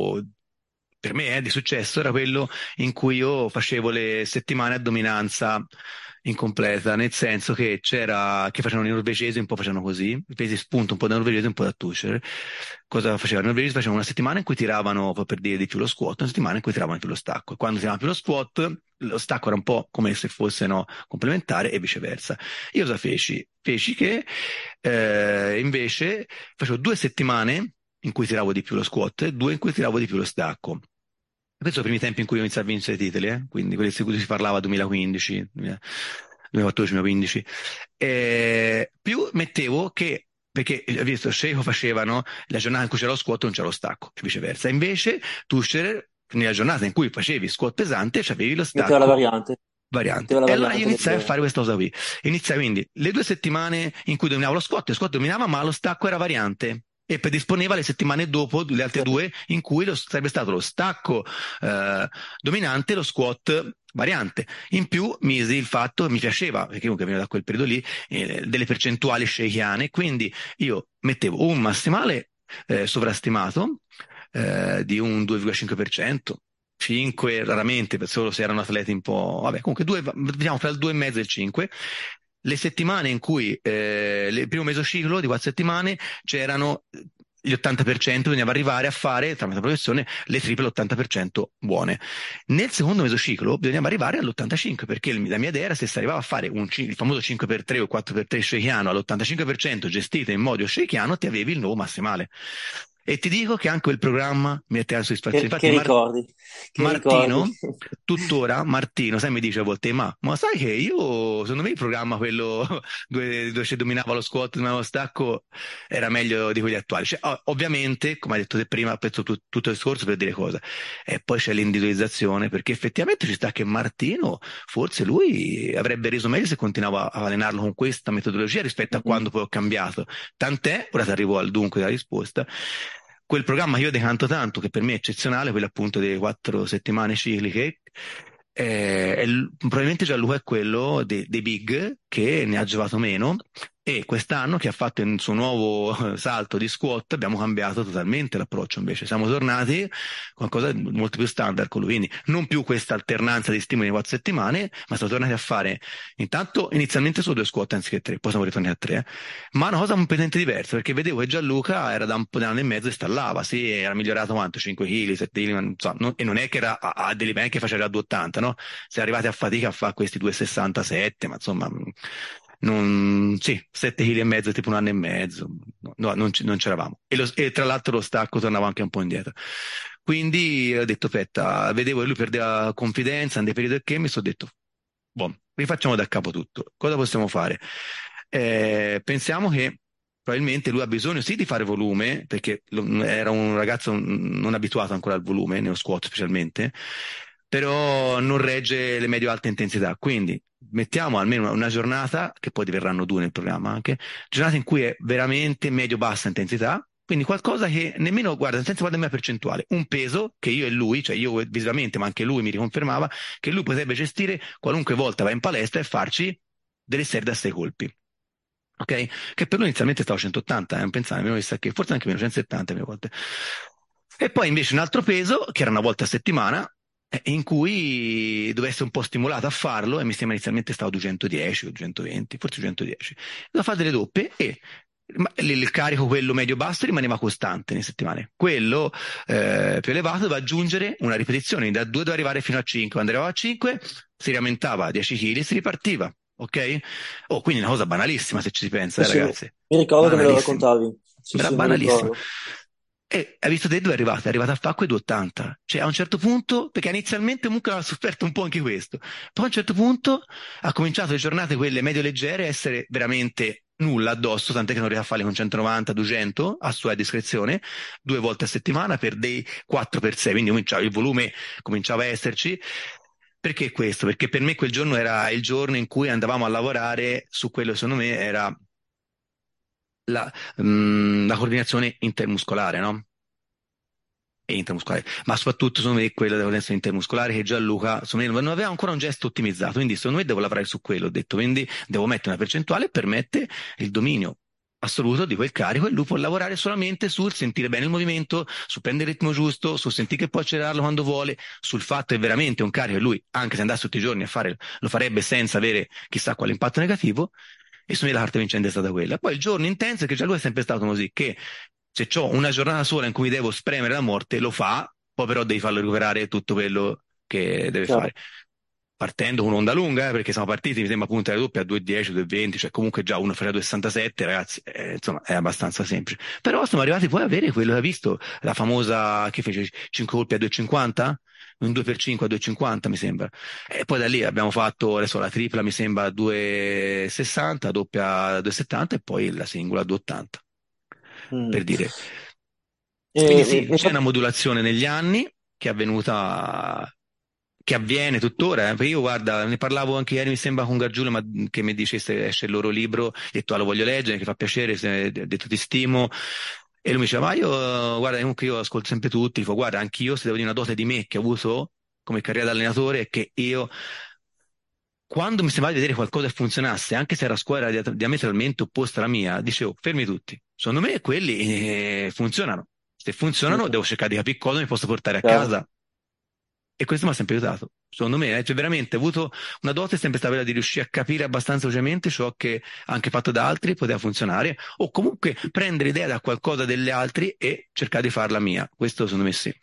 per me, eh, di successo, era quello in cui io facevo le settimane a dominanza incompleta, nel senso che c'era, che facevano i norvegesi, un po' facevano così, i pesi spunto un po' da norvegese, un po' da Tuscher. Cosa facevano? I norvegesi facevano una settimana in cui tiravano, per dire, di più lo squat, una settimana in cui tiravano di più lo stacco. E quando tiravano più lo squat, lo stacco era un po' come se fosse, no, complementare, e viceversa. Io cosa feci? Feci che eh, invece facevo due settimane in cui tiravo di più lo squat e due in cui tiravo di più lo stacco. Questo sono i primi tempi in cui ho iniziato a vincere titoli, eh? Quindi quelli di cui si parlava duemilaquindici, duemilaquattordici, duemilaquindici. Eh, più mettevo che, perché hai visto, Sheiko facevano la giornata in cui c'era lo squat non c'era lo stacco, e viceversa. Invece tu, nella giornata in cui facevi squat pesante, c'avevi lo Metteva la stacco variante. variante. Metteva la E allora io variante iniziai a del... fare questa cosa qui. Iniziai quindi le due settimane in cui dominavo lo squat, lo squat dominava, ma lo stacco era variante. E predisponeva le settimane dopo, le altre due, in cui lo, sarebbe stato lo stacco eh, dominante e lo squat variante. In più misi il fatto, mi piaceva, perché comunque veniva da quel periodo lì, eh, delle percentuali shakeane, quindi io mettevo un massimale eh, sovrastimato eh, di un due virgola cinque per cento, cinque raramente, per solo se erano atleti un po', vabbè, comunque due, diciamo fra il due e mezzo e il cinque. Le settimane in cui, eh, il primo mesociclo di quattro settimane, c'erano gli ottanta per cento, bisognava arrivare a fare, tramite la progressione, le triple ottanta per cento buone. Nel secondo mesociclo bisognava arrivare all'ottantacinque, perché il- la mia idea era, se si arrivava a fare un, ci- il famoso cinque per tre o quattro per tre shakeano all'ottantacinque per cento gestito in modo shakeano, ti avevi il nuovo massimale. E ti dico che anche quel programma mi mette la soddisfazione. Che, che Infatti, Mar- ricordi, che ricordi. Martino, tuttora, Martino, sai, mi dice a volte, ma, ma sai che io, secondo me il programma, quello dove, dove si dominava lo squat, dominava lo stacco, era meglio di quelli attuali. Cioè, ov- ovviamente, come hai detto te prima, penso tu- tutto il discorso per dire cosa. E poi c'è l'individualizzazione, perché effettivamente ci sta che Martino, forse lui avrebbe reso meglio se continuava a allenarlo con questa metodologia rispetto a Mhm. quando poi ho cambiato. Tant'è, ora ti arrivo al dunque della risposta, quel programma che io decanto tanto, che per me è eccezionale, quello appunto delle quattro settimane cicliche, eh, è l- probabilmente Gianluca è quello de- dei big che ne ha giovato meno, e quest'anno che ha fatto il suo nuovo eh, salto di squat abbiamo cambiato totalmente l'approccio, invece siamo tornati con qualcosa di molto più standard con lui, quindi non più questa alternanza di stimoli di quattro settimane, ma siamo tornati a fare intanto inizialmente solo due squat anziché tre, poi siamo ritornati a tre, eh. Ma una cosa completamente diversa, perché vedevo che Gianluca era da un po' di anno e mezzo e stallava, sì, era migliorato quanto? cinque chili, sette chili, non so, non- e non è che era a, a dei livelli che faceva due ottanta, no? Si è arrivati a fatica a fare questi due sessantasette, ma insomma, mh, non, sì, sette chili e mezzo, tipo un anno e mezzo, no, no, non, ci- non c'eravamo. E, lo- e tra l'altro lo stacco tornava anche un po' indietro. Quindi ho detto, aspetta, vedevo che lui perdeva confidenza, in dei periodi che mi sono detto, boh, rifacciamo da capo tutto. Cosa possiamo fare? Eh, pensiamo che probabilmente lui ha bisogno sì di fare volume, perché lo- era un ragazzo non abituato ancora al volume, nello squat specialmente, però non regge le medio-alte intensità. Quindi mettiamo almeno una, una giornata, che poi diverranno due nel programma anche, giornata in cui è veramente medio-bassa intensità. Quindi qualcosa che nemmeno, guarda, senza guardare la percentuale, un peso che io e lui, cioè io visivamente, ma anche lui mi riconfermava, che lui potrebbe gestire qualunque volta va in palestra e farci delle serie da sei colpi. Ok? Che per lui inizialmente stava a centottanta, eh, non pensavo, abbiamo visto che forse anche meno, centosettanta mille volte. E poi invece un altro peso, che era una volta a settimana, eh, in cui doveva essere un po' stimolato a farlo, e mi sembra inizialmente stava a duecentodieci o duecentoventi, forse duecentodieci. Doveva fare delle doppie, e ma il il carico, quello medio-basso, rimaneva costante nelle settimane. Quello eh, più elevato doveva aggiungere una ripetizione, da due doveva arrivare fino a cinque. Quando arrivava a cinque si riaumentava a dieci chili e si ripartiva. Ok? Oh, quindi una cosa banalissima se ci si pensa, Sì, eh, sì, mi ragazzi. mi ricordo che me lo Banalissimo. raccontavi. Sì, Era sì, mi banalissimo. ricordo. E hai visto te dove è arrivata? È arrivata a fare quei due ottanta. Cioè a un certo punto, perché inizialmente comunque aveva sofferto un po' anche questo, poi a un certo punto ha cominciato le giornate quelle medio leggere a essere veramente nulla addosso, tant'è che non riesce a farle con centonovanta duecento a sua discrezione, due volte a settimana per dei quattro per sei, quindi cominciava, il volume cominciava a esserci. Perché questo? Perché per me quel giorno era il giorno in cui andavamo a lavorare su quello, secondo me, era la, mm, la coordinazione intermuscolare, no? E intermuscolare, ma soprattutto secondo me quella della coordinazione intermuscolare che Gianluca secondo me non aveva ancora un gesto ottimizzato, quindi secondo me devo lavorare su quello, ho detto, quindi devo mettere una percentuale che permette il dominio assoluto di quel carico e lui può lavorare solamente sul sentire bene il movimento, su prendere il ritmo giusto, sul sentire che può accelerarlo quando vuole, sul fatto che veramente è un carico che lui, anche se andasse tutti i giorni a fare, lo farebbe senza avere chissà quale impatto negativo. E secondo me la carta vincente è stata quella. Poi il giorno intenso, che già lui è sempre stato così, che se ho una giornata sola in cui mi devo spremere la morte, lo fa, poi però devi farlo recuperare tutto quello che deve Chiaro. fare. Partendo con un'onda lunga, eh, perché siamo partiti, mi sembra appunto alle doppie a due dieci, due venti, cioè comunque già uno faceva due sessantasette, ragazzi, eh, insomma è abbastanza semplice. Però siamo arrivati poi a avere quello che hai visto, la famosa, che fece cinque colpi a due cinquanta? Un due per cinque a due cinquanta mi sembra. E poi da lì abbiamo fatto, adesso la tripla mi sembra a due sessanta, doppia a due settanta e poi la singola a due ottanta, per Mm. dire. E, Quindi mi- sì, mi c'è fa- una modulazione negli anni che è avvenuta, che avviene tuttora. Eh, perché io guarda, ne parlavo anche ieri, mi sembra con Gargiulo, ma che mi dicesse esce il loro libro, ho detto ah, lo voglio leggere, che fa piacere, se- ho detto ti stimo. E lui mi diceva, ma io, guarda, comunque io ascolto sempre tutti, dico, guarda, anch'io se devo dire una dote di me che ho avuto come carriera da allenatore è che io quando mi sembrava di vedere qualcosa che funzionasse, anche se era a squadra dia- diametralmente opposta alla mia, dicevo, fermi tutti. Secondo me quelli eh, funzionano. Se funzionano, devo mm, cercare di capire cosa mi posso portare a chiaro. casa. E questo mi ha sempre aiutato. Secondo me, eh, cioè veramente, ho avuto una dote sempre stata quella di riuscire a capire abbastanza velocemente ciò che anche fatto da altri poteva funzionare, o comunque prendere idea da qualcosa degli altri e cercare di farla mia. Questo secondo me sì.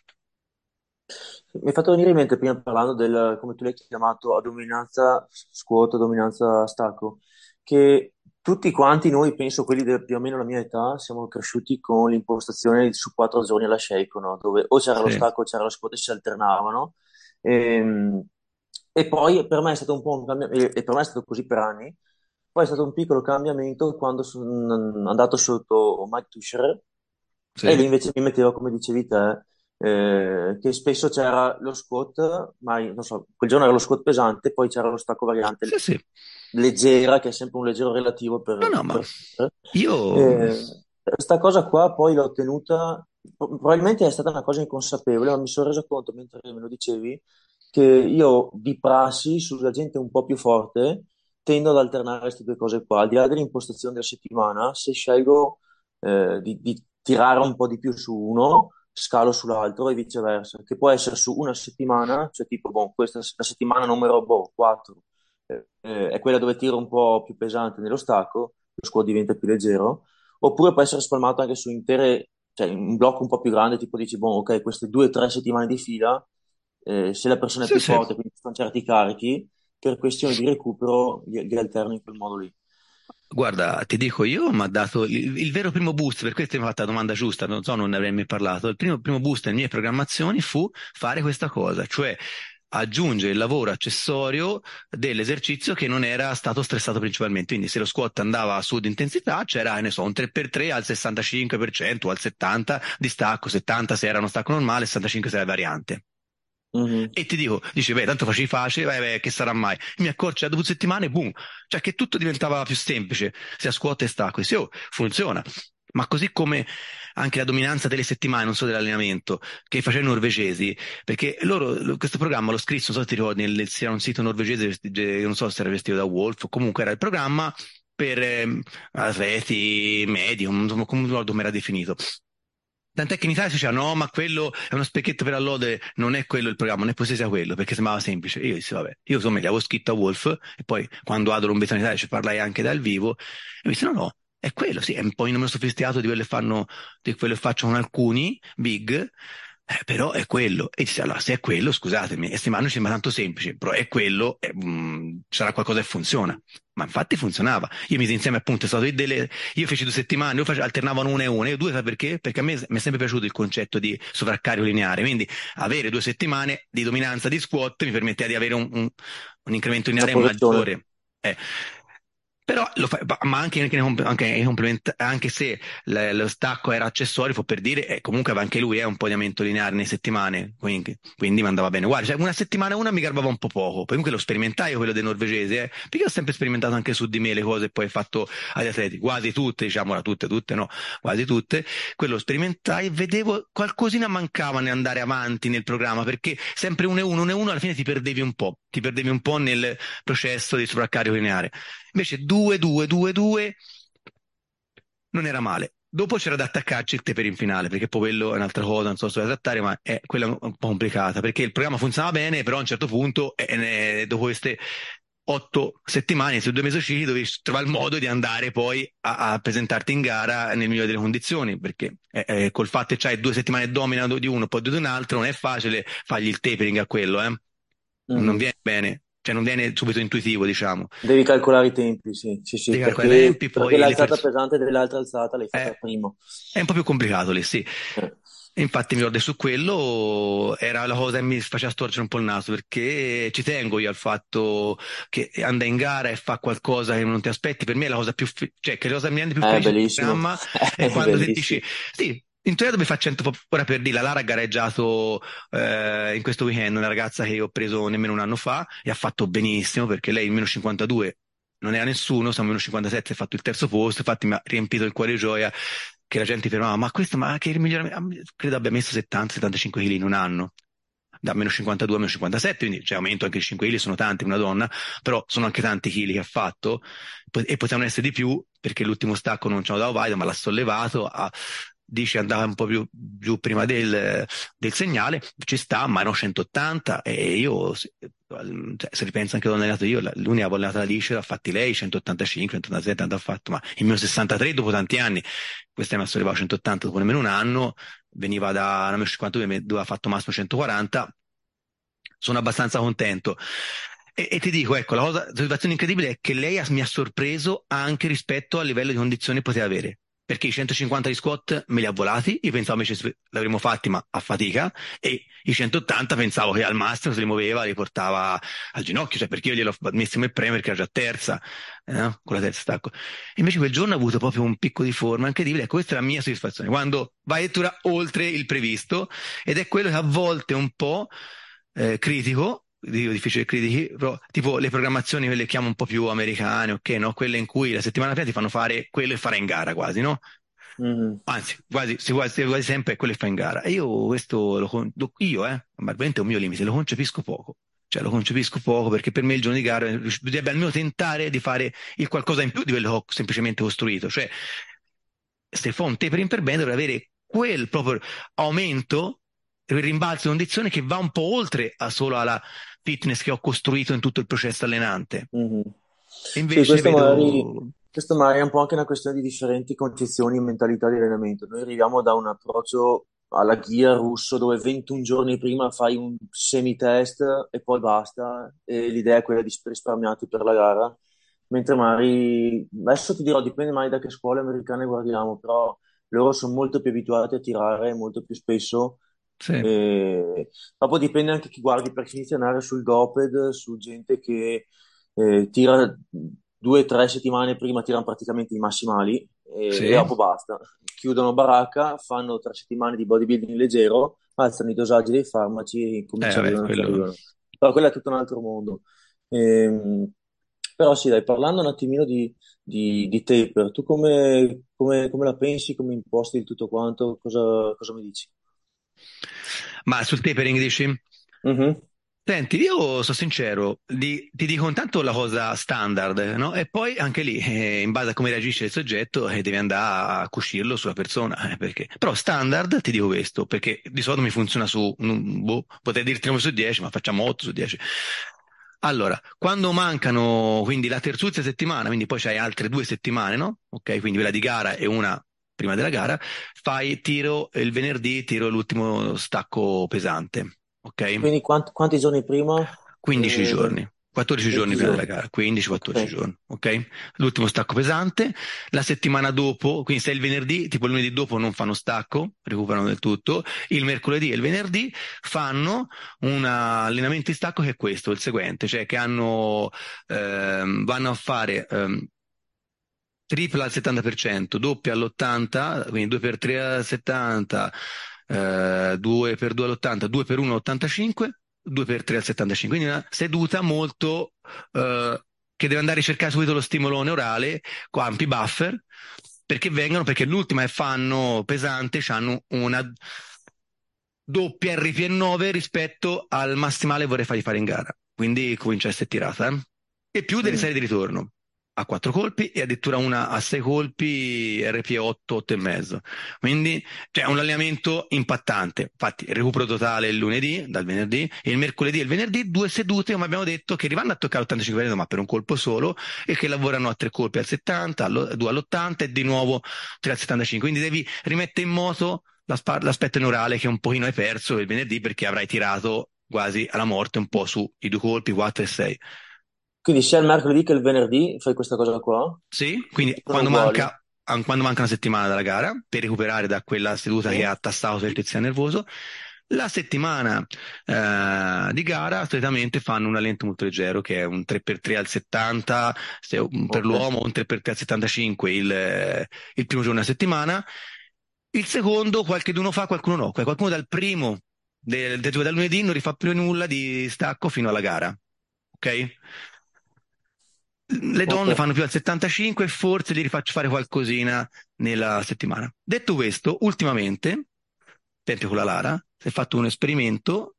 Mi hai fatto venire in mente prima parlando del, come tu l'hai chiamato, a dominanza squat, dominanza stacco, che tutti quanti noi, penso quelli del più o meno la mia età, siamo cresciuti con l'impostazione su quattro giorni alla shake, no? Dove o c'era lo Sì, stacco o c'era lo squat e si alternavano. E, e poi per me è stato un po' un cambiamento, e per me è stato così per anni. Poi è stato un piccolo cambiamento quando sono andato sotto Mike Tusher e sì, lì invece mi metteva, come dicevi te, eh, che spesso c'era lo squat, ma non so, quel giorno era lo squat pesante, poi c'era lo stacco sì, variante sì. leggera, che è sempre un leggero relativo No, per, no, ma per tutte. io... Eh, questa cosa qua poi l'ho ottenuta, probabilmente è stata una cosa inconsapevole, ma mi sono reso conto mentre me lo dicevi, che io di prassi sulla gente un po' più forte tendo ad alternare queste due cose qua, al di là dell'impostazione della settimana, se scelgo eh, di, di tirare un po' di più su uno, scalo sull'altro e viceversa, che può essere su una settimana, cioè tipo, boh, questa la settimana numero boh, quattro eh, eh, è quella dove tiro un po' più pesante nello stacco, lo squat diventa più leggero, oppure può essere spalmato anche su intere, cioè un blocco un po' più grande, tipo dici, boh, ok, queste due o tre settimane di fila, eh, se la persona è sì, più sì. forte, quindi ci sono certi carichi, per questioni di recupero li, li alterno in quel modo lì. Guarda, ti dico io, mi ha dato il, il vero primo boost, per questo mi hai fatto la domanda giusta, non so, non ne avrei mai parlato. Il primo, primo boost nelle mie programmazioni fu fare questa cosa, cioè aggiungere il lavoro accessorio dell'esercizio che non era stato stressato principalmente. Quindi se lo squat andava su di intensità, c'era, ne so, un tre per tre al sessantacinque per cento o al settanta per cento di stacco, settanta se era uno stacco normale, sessantacinque se era variante. Mhm. E ti dico, dici, beh, tanto facevi facile, vai, vai, che sarà mai? Mi accorgo, cioè, dopo due settimane, boom, cioè che tutto diventava più semplice, sia scuote e stacco. E sì, oh, funziona. Ma così come anche la dominanza delle settimane, non solo dell'allenamento, che facevano i norvegesi, perché loro, lo- questo programma l'ho scritto, non so se ti ricordi, nel, c'era un sito norvegese, vesti- ge- non so se era vestito da Wolf, o comunque era il programma per ehm, atleti medi, non, non, non ricordo come era definito. Tant'è che in Italia si diceva no, ma quello è uno specchietto per allode, non è quello il programma, non è possibile sia quello, perché sembrava semplice. Io dissi, vabbè, io insomma gli avevo scritto a Wolf, e poi quando Adolo un in Italia ci parlai anche dal vivo, e mi disse no, no, è quello, sì, è un po' in meno sofisticato di quello che fanno, di quello che faccio con alcuni, big, eh, però è quello. E disse, allora, se è quello, scusatemi, e settimana mi sembra tanto semplice, però è quello, eh, mm, sarà qualcosa che funziona. Ma infatti funzionava. Io misi insieme appunto, è stato delle, io feci due settimane, io face, alternavano una e una, io due, sai perché? Perché a me mi è sempre piaciuto il concetto di sovraccarico lineare, quindi avere due settimane di dominanza di squat mi permetteva di avere un, un- un incremento Una lineare progressione. maggiore. Eh. Però lo fa, ma anche, anche, anche, complement- anche se l- lo stacco era accessorio, fu per dire, eh, comunque aveva anche lui è un po' di aumento lineare nelle settimane, quindi, quindi mi andava bene. Guarda, cioè, una settimana una mi garbava un po' poco, poi comunque lo sperimentai io quello dei norvegesi, eh, perché ho sempre sperimentato anche su di me le cose e poi ho fatto agli atleti, quasi tutte, diciamo, ora tutte, tutte no, quasi tutte, quello sperimentai e vedevo qualcosina mancava nell'andare avanti nel programma, perché sempre uno e uno, uno e uno, alla fine ti perdevi un po', ti perdevi un po' nel processo di sovraccarico lineare. Invece due, due, due, due non era male. Dopo c'era da attaccarci il taper in finale, perché poi quello è un'altra cosa, non so se da trattare, ma è quella un po' complicata, perché il programma funzionava bene, però a un certo punto, eh, eh, dopo queste otto settimane, su due mesocicli, dovevi trovare il modo di andare poi a, a presentarti in gara nel migliore delle condizioni, perché eh, eh, col fatto che c'hai due settimane domina di uno, poi di un altro, non è facile fargli il tapering a quello, eh? Non Mhm. viene bene, cioè non viene subito intuitivo, diciamo. Devi calcolare i tempi, sì, sì, sì, Devi calcolare i perché, tempi, perché poi le l'alzata persone. pesante dell'altra alzata l'hai fatta Eh, prima. è un po' più complicato lì, sì. Eh. E infatti mi ricordo che su quello era la cosa che mi faceva storcere un po' il naso, perché ci tengo io al fatto che andai in gara e fa qualcosa che non ti aspetti. Per me è la cosa più, fe- cioè che la cosa che mi rende più È felice del bellissimo, programma è è quando ti dici, bellissimo. sì, in teoria dove fa cento, po- ora per dire, la Lara ha gareggiato eh, in questo weekend, una ragazza che io ho preso nemmeno un anno fa e ha fatto benissimo perché lei in meno cinquantadue non era nessuno, siamo meno cinquantasette, ha fatto il terzo posto, infatti mi ha riempito il cuore di gioia che la gente fermava, ma questo, ma che il miglioramento, credo abbia messo settanta settantacinque kg in un anno, da meno cinquantadue a meno cinquantasette, quindi cioè, aumento anche di cinque chili, sono tanti per una donna, però sono anche tanti chili che ha fatto, e potevano essere di più, perché l'ultimo stacco non ce l'ho dato Vaida, ma l'ha sollevato, a, dice andava un po' più giù prima del, del segnale, ci sta, ma erano centottanta, e io, se, cioè, se ripenso anche quando ho allenato io, la- l'unica volata da liscia l'ha fatti lei, centottantacinque, centottantasette, tanto ha fatto, ma il mio sessantatré dopo tanti anni, questa mi ha sollevato centottanta dopo nemmeno un anno, veniva da una cinquantadue, dove ha fatto massimo centoquaranta, sono abbastanza contento. E, e ti dico, ecco, la cosa, la situazione incredibile è che lei ha- mi ha sorpreso anche rispetto al livello di condizioni che poteva avere. Perché i centocinquanta di squat me li ha volati, io pensavo invece l'avremmo fatti ma a fatica, e i centottanta pensavo che al massimo se li muoveva, li portava al ginocchio, cioè perché io gliel'ho messi come premio perché era già terza, eh, no? Con la terza stacco. Invece quel giorno ha avuto proprio un picco di forma incredibile, ecco, questa è la mia soddisfazione, quando vai addirittura oltre il previsto, ed è quello che a volte è un po' eh, critico, dico difficile critichi, però tipo le programmazioni, quelle che chiamo un po' più americane, ok, no? Quelle in cui la settimana prima ti fanno fare quello e fare in gara quasi, no? Mhm. Anzi, quasi, si- quasi, quasi sempre è quello che fa in gara. E io questo lo, con- lo- io, eh, ma veramente è un mio limite, lo concepisco poco. Cioè, lo concepisco poco perché per me il giorno di gara eh, bisognerebbe almeno tentare di fare il qualcosa in più di quello che ho semplicemente costruito. Cioè, se fa un tapering per bene, dovrà avere quel proprio aumento, quel rimbalzo di condizione che va un po' oltre a solo alla fitness che ho costruito in tutto il processo allenante. Mhm. E Sì, invece questo magari, vedo. questo magari è un po' anche una questione di differenti concezioni e mentalità di allenamento. Noi arriviamo da un approccio alla Ghia russo dove ventuno giorni prima fai un semi-test e poi basta, e l'idea è quella di risparmiarti per la gara. Mentre magari, adesso ti dirò, dipende mai da che scuole americane guardiamo, però loro sono molto più abituati a tirare molto più spesso. Sì, E dopo dipende anche chi guardi, perché inizia ad andare sul doped, su gente che eh, tira due o tre settimane prima, tirano praticamente i massimali e, e sì, dopo basta. Chiudono baracca, fanno tre settimane di bodybuilding leggero, alzano i dosaggi dei farmaci e eh, cominciano a vabbè, arrivare che quello. arrivano. Però quello è tutto un altro mondo. Ehm, Però sì, dai, parlando un attimino di, di, di taper, tu come, come- come la pensi, come imposti il tutto quanto, cosa, cosa mi dici? Ma sul tapering dici? Mhm. Senti, io sono sincero, di- ti dico intanto la cosa standard, no? E poi anche lì, eh, in base a come reagisce il soggetto, eh, devi andare a cucirlo sulla persona, eh, perché. Però standard ti dico questo, perché di solito mi funziona su, un- boh, potrei dirti nove su dieci, ma facciamo otto su dieci. Allora, quando mancano, quindi la terzultima settimana, quindi poi c'hai altre due settimane, no? Ok, quindi quella di gara e una prima della gara, fai tiro il venerdì, tiro l'ultimo stacco pesante, ok? Quindi quant- quanti giorni prima? quindici Eh, giorni. quattordici giorni venti prima della giorni. gara, quindici quattordici Ok. giorni, ok? L'ultimo stacco pesante, la settimana dopo, quindi se è il venerdì, tipo il lunedì dopo non fanno stacco, recuperano del tutto, il mercoledì e il venerdì fanno un allenamento di stacco che è questo, il seguente, cioè che hanno, ehm, vanno a fare ehm, tripla al settanta per cento, doppia all'ottanta, quindi due per tre al settanta, eh, due per due all'ottanta, due per uno all'ottantacinque, due per tre al settantacinque. Quindi una seduta molto eh, che deve andare a ricercare subito lo stimolo neurale, con ampi buffer, perché vengono, perché l'ultima che fanno pesante, hanno una doppia R P E nove rispetto al massimale che vorrei fargli fare in gara. Quindi comincia a essere tirata, eh? E più delle Mm. serie di ritorno a quattro colpi e addirittura una a sei colpi R P E otto, otto e mezzo. Quindi c'è un allenamento impattante. Infatti, recupero totale il lunedì, dal venerdì, e il mercoledì e il venerdì, due sedute, come abbiamo detto, che arrivano a toccare l'ottantacinque per cento, ma per un colpo solo, e che lavorano a tre colpi al settanta, allo- due all'ottanta e di nuovo tre al settantacinque. Quindi devi rimettere in moto l'aspa- l'aspetto neurale che un pochino hai perso il venerdì perché avrai tirato quasi alla morte un po' sui due colpi, quattro e sei. Quindi sia il mercoledì che il venerdì fai questa cosa qua? Sì, quindi Sono quando uguali? manca, an- quando manca una settimana dalla gara, per recuperare da quella seduta che Sì. ha tassato il sistema nervoso, la settimana eh, di gara solitamente fanno un allenamento molto leggero che è un tre per tre al settanta se- un per Ok. l'uomo, un tre per tre al settantacinque il, eh, il primo giorno della settimana, il secondo qualcuno fa, qualcuno no, qualcuno dal primo del, del, dal lunedì non rifà più nulla di stacco fino alla gara, ok? Le Ok. donne fanno più al settantacinque e forse gli rifaccio fare qualcosina nella settimana. Detto questo, ultimamente, per esempio con la Lara, si è fatto un esperimento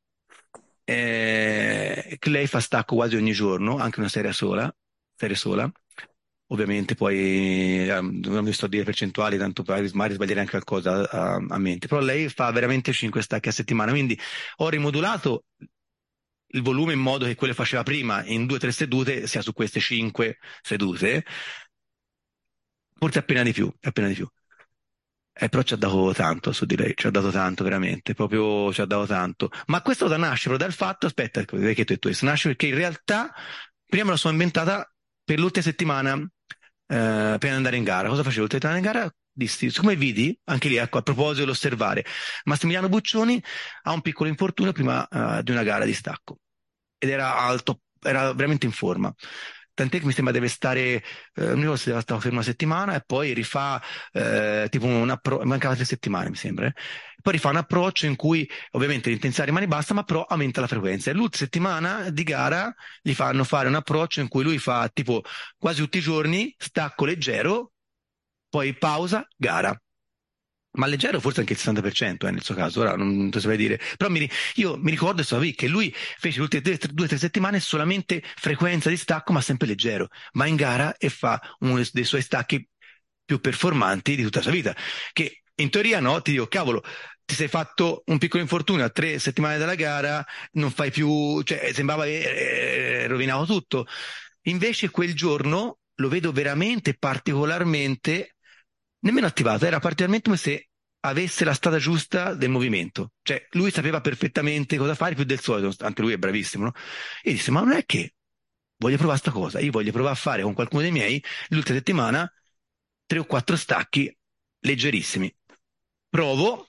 eh, che lei fa stacco quasi ogni giorno, anche una serie sola, serie sola. Ovviamente poi eh, non mi sto a dire percentuali, tanto per magari sbagliare anche qualcosa a, a mente, però lei fa veramente cinque stacchi a settimana, quindi ho rimodulato il volume in modo che quello che faceva prima in due o tre sedute sia su queste cinque sedute, forse appena di più, appena di più. Eh, però ci ha dato tanto su di lei, ci ha dato tanto veramente, proprio ci ha dato tanto. Ma questo da nasce proprio dal fatto, aspetta, perché tu hai detto questo, nasce perché in realtà prima me la sono inventata per l'ultima settimana eh, prima di andare in gara. Cosa facevo? L'ultima settimana in gara dissi, siccome vidi, anche lì ecco, a proposito dell'osservare, Massimiliano Buccioni ha un piccolo infortunio prima eh, di una gara di stacco ed era alto, era veramente in forma. Tant'è che mi sembra deve stare, eh, non mi ricordo se deve stare fermo una settimana e poi rifà eh, tipo un approccio, mancava tre settimane mi sembra, eh. Poi rifà un approccio in cui ovviamente l'intensità rimane bassa ma però aumenta la frequenza. E l'ultima settimana di gara gli fanno fare un approccio in cui lui fa tipo quasi tutti i giorni stacco leggero, poi pausa, gara. Ma leggero forse anche il sessanta per cento eh, nel suo caso, ora non, non ti saprei dire. Però mi ri- io mi ricordo e so che lui fece le ultime due due o tre settimane solamente frequenza di stacco, ma sempre leggero. Va in gara e fa uno dei suoi stacchi più performanti di tutta la sua vita. Che in teoria no, ti dico, cavolo, ti sei fatto un piccolo infortunio a tre settimane dalla gara, non fai più, cioè sembrava che eh, rovinato tutto. Invece quel giorno lo vedo veramente particolarmente nemmeno attivato, era particolarmente come se avesse la strada giusta del movimento. Cioè, lui sapeva perfettamente cosa fare più del solito, anche lui è bravissimo, no? E disse, ma non è che voglio provare sta cosa, io voglio provare a fare con qualcuno dei miei l'ultima settimana tre o quattro stacchi leggerissimi. Provo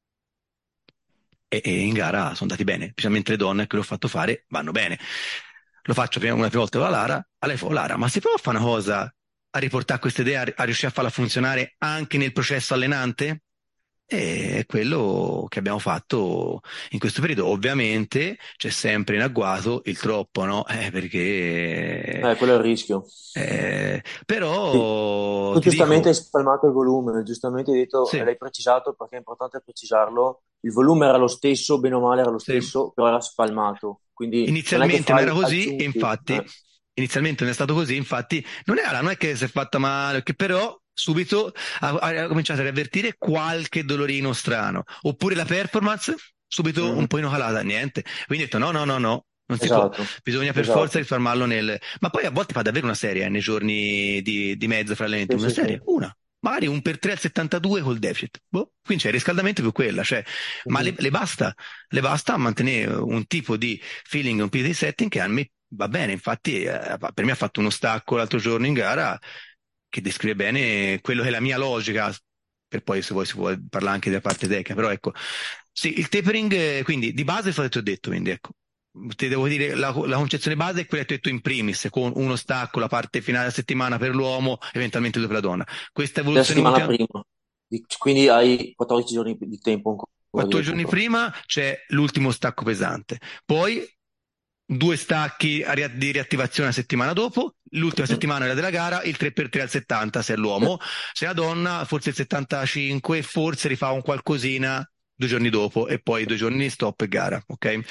e, e in gara sono andati bene, specialmente le donne che l'ho fatto fare vanno bene. Lo faccio prima, una prima volta con la Lara, a lei fa, Lara, ma si può fare una cosa a riportare questa idea, a, a riuscire a farla funzionare anche nel processo allenante? E è quello che abbiamo fatto in questo periodo. Ovviamente c'è sempre in agguato il troppo, no? Eh, perché Eh, quello è il rischio. eh, Sì. però Tu ti giustamente hai dico, spalmato il volume, giustamente hai detto, e sì, l'hai precisato perché è importante precisarlo, il volume era lo stesso, bene o male era lo sì. stesso, però era spalmato, quindi non è che Inizialmente non fai era così, e aggiunti. infatti, Eh. inizialmente non è stato così, infatti, non era, non è che si è fatta male, che però subito ha, ha cominciato a avvertire qualche dolorino strano, oppure la performance subito un Mhm. pochino calata, niente. Quindi ho detto no, no, no, no, non si può, Esatto, bisogna per forza esatto. risparmarlo nel... Ma poi a volte fa davvero una serie, eh, nei giorni di, di mezzo fra allenamenti, Sì, una sì, sì. serie, una. Magari un per tre al settantadue col deficit. Boh, quindi c'è il riscaldamento più quella, cioè, ma le, Mhm. le basta, le basta mantenere un tipo di feeling, un tipo di setting che a me va bene, infatti eh, per me ha fatto uno stacco l'altro giorno in gara che descrive bene quello che è la mia logica, per poi se vuoi si può parlare anche della parte tecnica, però ecco, sì, il tapering, eh, quindi di base fa che ti ho detto, quindi ecco, ti devo dire, la, la concezione base è quella che ti ho detto in primis, con uno stacco, la parte finale della settimana per l'uomo, eventualmente due per la donna. Questa La evoluzione settimana ultima, prima. Di- Quindi hai quattordici giorni di tempo ancora di quattordici giorni recupero. prima c'è l'ultimo stacco pesante, poi due stacchi a ria- di riattivazione la settimana dopo, l'ultima Mm. settimana è la della gara, il tre per tre al settanta se è Sì, l'uomo, se è la donna forse il settantacinque, forse rifà un qualcosina due giorni dopo e poi due giorni di stop e gara, ok?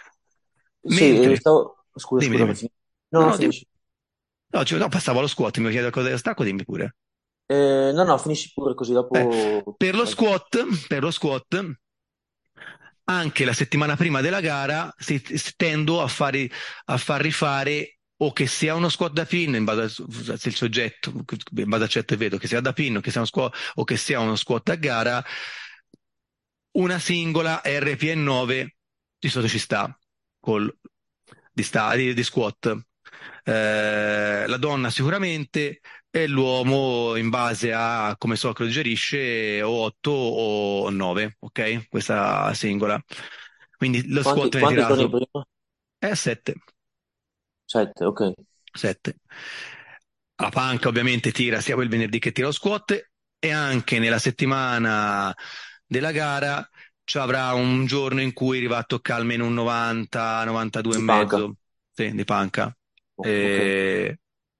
sì, eh, Mentre, stavo... Scusa, dimmi, scusa, vai, dimmi. fini- No, No, no, no, dimmi. finisci. No, ci- no, passavo allo squat, mi chiedo cosa dello stacco, dimmi pure. Eh, no, no, finisci pure così Eh, dopo... per lo Vai. squat, per lo squat, anche la settimana prima della gara si, si tendo a, fare, a far rifare o che sia uno squat da pin in base al se il soggetto, in base al certo vedo che sia da pin o che sia uno squat, o che sia uno squat a gara, una singola R P E nove di solito ci sta col, di, sta, di, di squat. Eh, la donna sicuramente e l'uomo in base a come so che lo digerisce o otto o nove, ok? Questa singola. Quindi lo squat Quanti, viene quanti giorni tirato prima? è a sette. Sette, ok. sette. La panca ovviamente tira sia quel venerdì che tira lo squat e anche nella settimana della gara ci avrà un giorno in cui arriva a toccare almeno un novanta, novantadue e Di panca. mezzo, sì, di panca. Oh, ok. E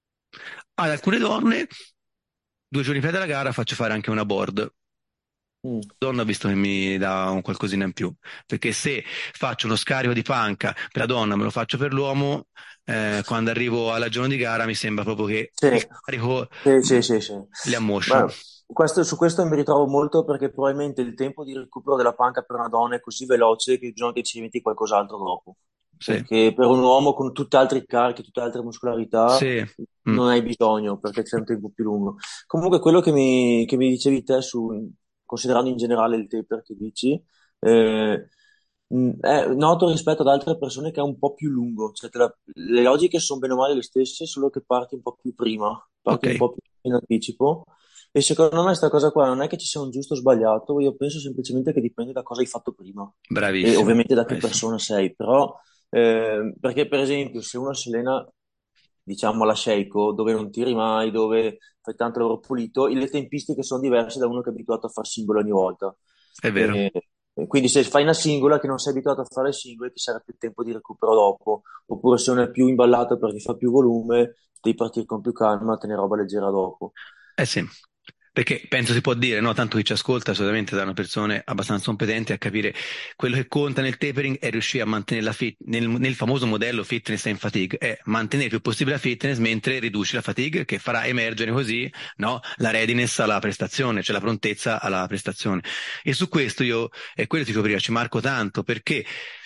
ad alcune donne, due giorni prima della gara, faccio fare anche una board. Mm. Donna, visto che mi dà un qualcosina in più, perché se faccio uno scarico di panca per la donna, me lo faccio per l'uomo, eh, quando arrivo alla giorno di gara mi sembra proprio che Sì, il carico sì, mh, sì, sì, sì. li ammoscia. Ma questo- su questo mi ritrovo molto perché probabilmente il tempo di recupero della panca per una donna è così veloce che bisogna che ci metti qualcos'altro dopo. Sì, Perché per un uomo con tutte altre cariche, tutte altre muscolarità, sì, mm, non hai bisogno perché c'è un tempo più lungo. Comunque, quello che mi, che mi dicevi te, su, considerando in generale il taper che dici, eh, mh, è noto rispetto ad altre persone che è un po' più lungo. Cioè, te la- le logiche sono bene o male le stesse, solo che parti un po' più prima, parti ok, un po' più in anticipo. E secondo me questa cosa qua non è che ci sia un giusto o sbagliato, io penso semplicemente che dipende da cosa hai fatto prima e bravissimo, ovviamente da che bravissimo. persona sei, però eh, perché per esempio se uno si allena diciamo alla Sheiko, dove non tiri mai, dove fai tanto lavoro pulito, le tempistiche sono diverse da uno che è abituato a far singolo ogni volta. È vero. E, e quindi se fai una singola che non sei abituato a fare singole, ti serve più tempo di recupero dopo, oppure se uno è più imballato perché fa più volume, devi partire con più calma, tenere roba leggera dopo. Eh sì, perché penso si può dire, no? Tanto chi ci ascolta solamente saranno persone abbastanza competenti a capire quello che conta nel tapering è riuscire a mantenere la fit, nel, nel famoso modello fitness and fatigue, è mantenere il più possibile la fitness mentre riduci la fatigue che farà emergere così, no? La readiness alla prestazione, cioè la prontezza alla prestazione. E su questo io, e quello ti dico prima, ci marco tanto perché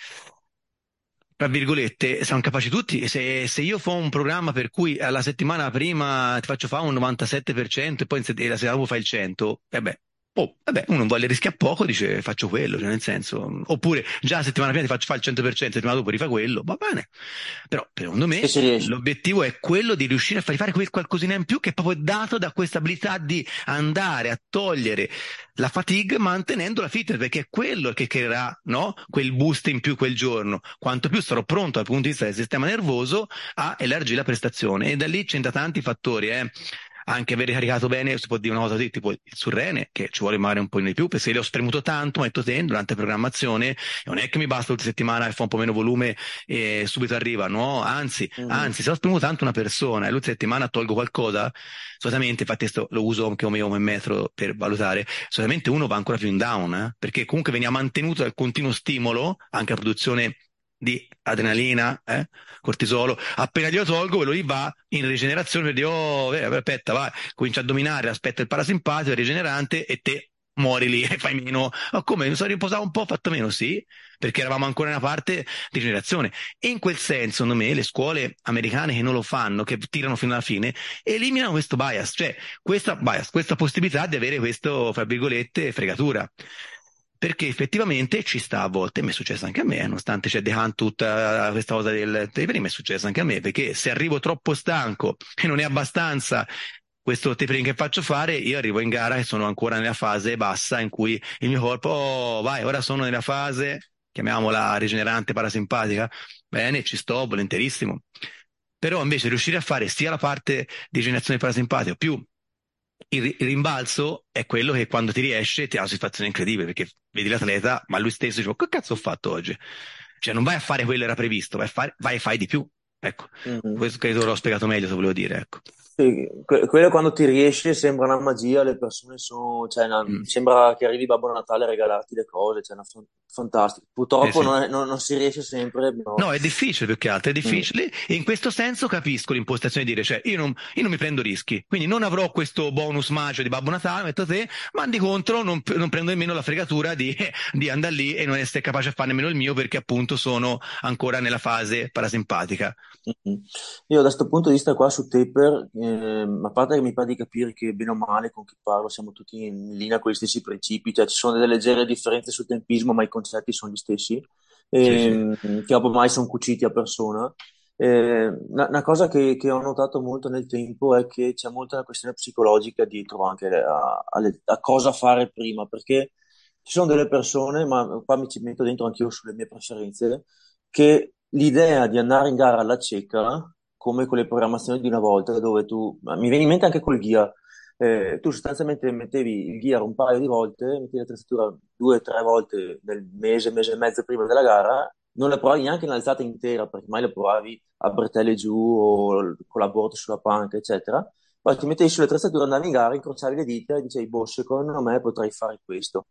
tra virgolette, siamo capaci tutti. Se, se io fo un programma per cui alla settimana prima ti faccio fare un novantasette per cento e poi in set- e la settimana dopo fai il cento, e beh, oh, vabbè, uno vuole rischiare poco, dice faccio quello, cioè nel senso, oppure già la settimana prima ti faccio fare il cento per cento, la settimana dopo rifai quello, va bene. Però secondo Se me ci riesci. l'obiettivo è quello di riuscire a far fare quel qualcosina in più che è proprio dato da questa abilità di andare a togliere la fatigue mantenendo la fitness, perché è quello che creerà, no? Quel boost in più quel giorno. Quanto più sarò pronto dal punto di vista del sistema nervoso a elargire la prestazione. E da lì c'è da tanti fattori, eh. Anche avere caricato bene, si può dire una cosa così, tipo il surrene, che ci vuole magari un po' di più, perché se l'ho spremuto tanto, ma detto te, durante programmazione, non è che mi basta l'ultima settimana e fa un po' meno volume e subito arriva, no? Anzi, Mhm. anzi, se ho spremuto tanto una persona e l'ultima settimana tolgo qualcosa, solitamente, infatti questo lo uso anche come, come metro per valutare, solitamente uno va ancora più in down, eh? Perché comunque veniva mantenuto dal continuo stimolo, anche la produzione di adrenalina, eh? Cortisolo, appena glielo tolgo, quello lì va in rigenerazione per dire, oh, eh, aspetta, vai, comincia a dominare, aspetta il parasimpatico, il rigenerante e te muori lì e fai meno. Ma come? Mi sono riposato un po', ho fatto meno? Sì, perché eravamo ancora in una parte di generazione. E in quel senso, secondo me, le scuole americane che non lo fanno, che tirano fino alla fine, eliminano questo bias, cioè questa bias, questa possibilità di avere questo, fra virgolette, fregatura. perché effettivamente ci sta a volte, mi è successo anche a me, eh, nonostante c'è The Hunt, tutta questa cosa del tapering, mi è successo anche a me, perché se arrivo troppo stanco e non è abbastanza questo tapering che faccio fare, io arrivo in gara e sono ancora nella fase bassa in cui il mio corpo, oh, vai, ora sono nella fase, chiamiamola rigenerante parasimpatica, bene, ci sto, volentierissimo. Però invece riuscire a fare sia la parte di generazione parasimpatica più il, ri- il rimbalzo è quello che quando ti riesce ti ha una soddisfazione incredibile perché vedi l'atleta, ma lui stesso dice: "Ma che cazzo ho fatto oggi?" Cioè, non vai a fare quello che era previsto, vai a fare, vai e fai di più. Ecco, Mhm. questo credo l'ho spiegato meglio se volevo dire, ecco. Sì, que- quello quando ti riesce sembra una magia, le persone sono, cioè, una- Mm. sembra che arrivi Babbo Natale a regalarti le cose, cioè, una fan- fantastico. Sì, Purtroppo sì. non, è- non- non si riesce sempre, no. No, è difficile più che altro, è Mm. difficile e in questo senso capisco l'impostazione di dire, cioè io non, io non mi prendo rischi, quindi non avrò questo bonus magico di Babbo Natale, metto te, ma di contro non, non prendo nemmeno la fregatura di, di andare lì e non essere capace a fare nemmeno il mio perché appunto sono ancora nella fase parasimpatica. Mhm. Io da questo punto di vista qua su Taper, ehm, a parte che mi pare di capire che bene o male con chi parlo siamo tutti in linea con gli stessi principi, cioè ci sono delle leggere differenze sul tempismo, ma i concetti sono gli stessi, Sì, sì, ehm, che ormai sono cuciti a persona. Eh, una, una cosa che, che ho notato molto nel tempo è che c'è molta una questione psicologica dietro anche a, alle- a cosa fare prima, perché ci sono delle persone, ma qua mi ci metto dentro anch'io sulle mie preferenze, che l'idea di andare in gara alla cieca, come con le programmazioni di una volta, dove tu, ma mi viene in mente anche col Gear, eh, tu sostanzialmente mettevi il Gear un paio di volte, mettevi l'attrezzatura due o tre volte nel mese, mese e mezzo prima della gara, non la provavi neanche in alzata intera, perché mai la provavi a bretelle giù o con la borda sulla panca, eccetera. Poi ti mettevi sull'attrezzatura, andavi in gara, incrociavi le dita e dicevi, boh, secondo me potrei fare questo.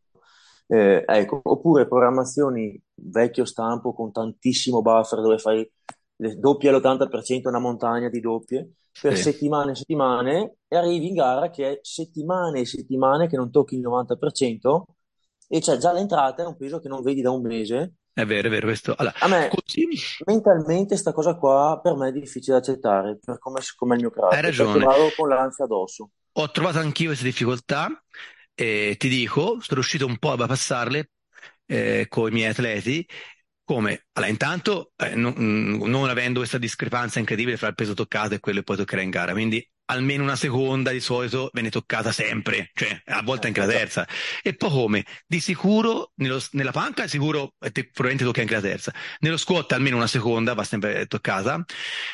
Eh, ecco, oppure programmazioni vecchio stampo con tantissimo buffer dove fai le doppie all'ottanta per cento, una montagna di doppie per sì. settimane e settimane e arrivi in gara che è settimane e settimane che non tocchi il novanta per cento e c'è già l'entrata, è un peso che non vedi da un mese. È vero, è vero questo. Allora, A me così mentalmente sta cosa qua per me è difficile da accettare per come, come è il mio hai carattere, perché ragione. vado con l'ansia addosso. Ho trovato anch'io queste difficoltà e ti dico, sono riuscito un po' a bypassarle eh, con i miei atleti. Come? Allora, intanto, eh, non, mm, non avendo questa discrepanza incredibile fra il peso toccato e quello che poi toccherà in gara, quindi almeno una seconda di solito viene toccata sempre, cioè a volte Eh, anche la esatto. terza. E poi come? Di sicuro nello- nella panca, sicuro, eh, te- probabilmente tocca anche la terza. Nello squat almeno una seconda va sempre toccata.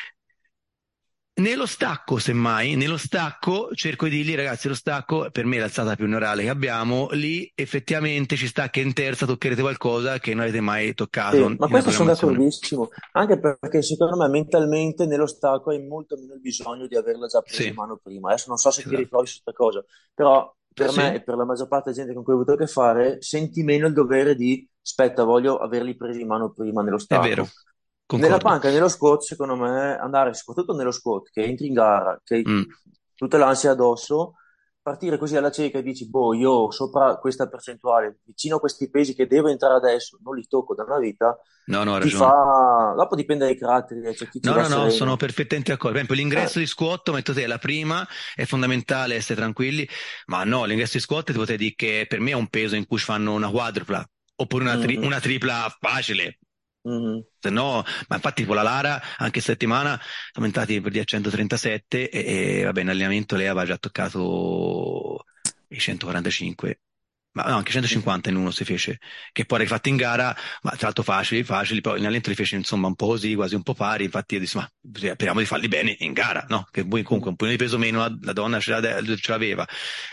Nello stacco, semmai, nello stacco cerco di dirgli, ragazzi, lo stacco per me è l'alzata più neurale che abbiamo, lì effettivamente ci sta che in terza toccherete qualcosa che non avete mai toccato Sì, ma nella questo sono programmazione. d'accordissimo, anche perché secondo me mentalmente nello stacco hai molto meno il bisogno di averla già presa Sì, in mano prima. Adesso non so se ti esatto. ritrovi su questa cosa, però Sì, per me sì, e per la maggior parte della gente con cui ho avuto a che fare, senti meno il dovere di, aspetta, voglio averli presi in mano prima nello è vero, stacco. Nella concordo. panca e nello squat, secondo me, andare soprattutto nello squat, che entri in gara, che hai Mm. tutta l'ansia addosso, partire così alla cieca e dici, boh, io sopra questa percentuale, vicino a questi pesi che devo entrare adesso, non li tocco da una vita, No, no, hai ti ragione. fa... Dopo dipende dai caratteri, eh, c'è chi ci No, va no, no, sono sereno. perfettamente d'accordo. Per esempio, Eh, l'ingresso di squat, metto te, la prima è fondamentale essere tranquilli, ma no, l'ingresso di squat ti potrei dire che per me è un peso in cui fanno una quadrupla, oppure una, tri- mhm, una tripla facile. mhm. Se no, ma infatti con la Lara anche settimana siamo entrati per dire a centotrentasette e, e vabbè, in allenamento lei aveva già toccato i centoquarantacinque, ma no, anche Mhm. centocinquanta in uno si fece, che poi era fatto in gara, ma tra l'altro facili, facili, poi in allenamento li fece insomma un po' così, quasi un po' pari, infatti io dissi, ma speriamo di farli bene in gara, no? Che poi comunque un po' di peso meno la, la donna ce l'ade- ce l'aveva.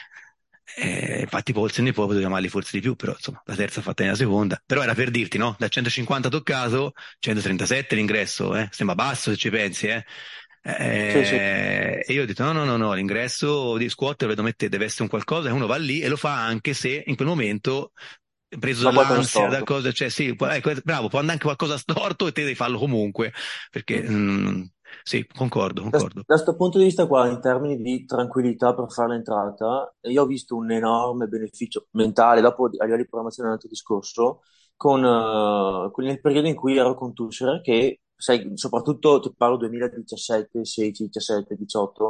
Eh, infatti Paulsen e poi potevo chiamarli forse di più, però insomma la terza fatta nella seconda. Però era per dirti, no? Da centocinquanta toccato, centotrentasette l'ingresso, eh? Sembra basso se ci pensi, eh? Sì, sì, Eh, e io ho detto no, no, no, no, l'ingresso di squat lo vedo mettere, deve essere un qualcosa e uno va lì e lo fa anche se in quel momento, preso va qualcosa dall'ansia, da storto. cosa, cioè sì, può- ecco, bravo, può andare anche qualcosa storto e te devi farlo comunque, perché Mm. mm, sì, concordo, Da concordo. questo punto di vista qua, in termini di tranquillità per fare l'entrata, io ho visto un enorme beneficio mentale, dopo a livello di programmazione è un altro discorso, con, eh, con- nel periodo in cui ero con Tusher, che sai, soprattutto ti parlo duemiladiciassette, sedici, diciassette, diciotto,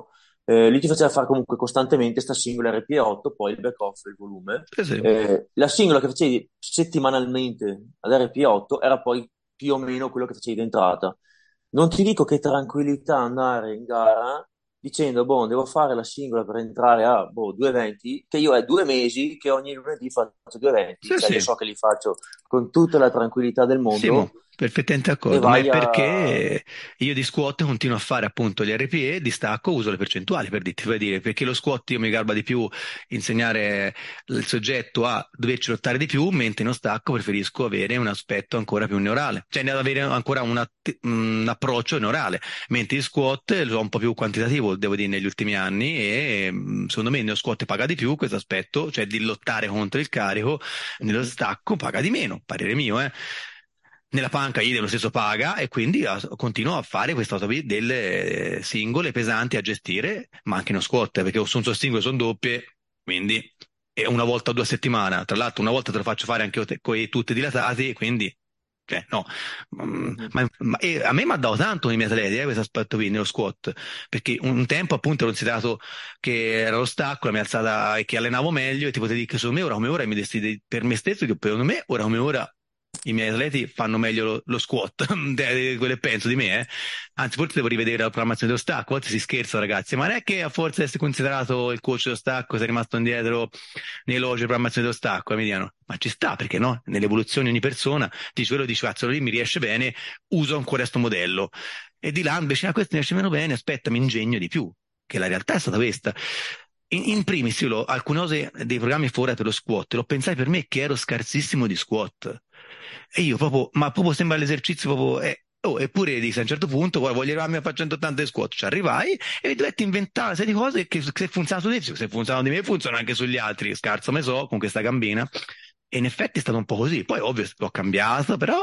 Eh, lì ti faceva fare comunque costantemente sta singola R P E otto, poi il back off e il volume. Sì, sì. Eh, la singola che facevi settimanalmente ad R P E otto era poi più o meno quello che facevi d'entrata. Non ti dico che tranquillità andare in gara dicendo, boh, devo fare la singola per entrare a boh, due venti, che io è due mesi che ogni lunedì faccio due venti, Sì, cioè io sì. so che li faccio con tutta la tranquillità del Simo, mondo perfettamente e d'accordo, ma è vai a... perché io di squat continuo a fare appunto gli R P E, di stacco uso le percentuali per dirti, per dire, perché lo squat io mi garba di più insegnare il soggetto a doverci lottare di più, mentre in stacco preferisco avere un aspetto ancora più neurale, cioè ad avere ancora un, att- un approccio neurale, mentre in squat lo so un po' più quantitativo, devo dire, negli ultimi anni e mh, secondo me nello squat paga di più questo aspetto, cioè di lottare contro il carico, nello Mhm. stacco paga di meno, parere mio, eh. Nella panca idem lo stesso paga e quindi a- continuo a fare questa cosa qui delle eh, singole pesanti a gestire, ma anche no squat, perché sono so singole, sono doppie, quindi è una volta o due a settimana. Tra l'altro una volta te lo faccio fare anche con i tutti dilatati, quindi cioè, no. Mm, Mhm. ma, ma- e a me mi ha dato tanto nei miei atleti, eh, questo aspetto qui, nello squat, perché un tempo appunto ero considerato che era lo stacco, la mia alzata e che allenavo meglio e ti potevi dire che secondo me ora come ora mi decidi per me stesso, che secondo me ora come ora i miei atleti fanno meglio lo, lo squat, di quello che penso di me, eh. Anzi, forse devo rivedere la programmazione dello stacco. A volte si scherza, ragazzi, ma non è che a forza di essere considerato il coach dello stacco sei rimasto indietro nei elogi di programmazione dello stacco, e mi dicono, ma ci sta, perché no? Nell'evoluzione di ogni persona, dici quello dici, cazzo, lì mi riesce bene, uso ancora questo modello. E di là invece, ah, questo mi riesce meno bene, aspetta, mi ingegno di più, che la realtà è stata questa. In, in primis, io lo- alcune cose dei programmi fuori per lo squat, lo pensai per me che ero scarsissimo di squat. E io proprio, ma proprio sembra l'esercizio proprio, eh, oh, eppure dici a un certo punto, guarda, voglio arrivarmi a fare centottanta di squat, ci arrivai e mi dovetti inventare una serie di cose che se funzionano su di te, se funzionano di me, funzionano anche sugli altri, scarso me so, con questa gambina. E in effetti è stato un po' così. Poi ovvio l'ho cambiato, però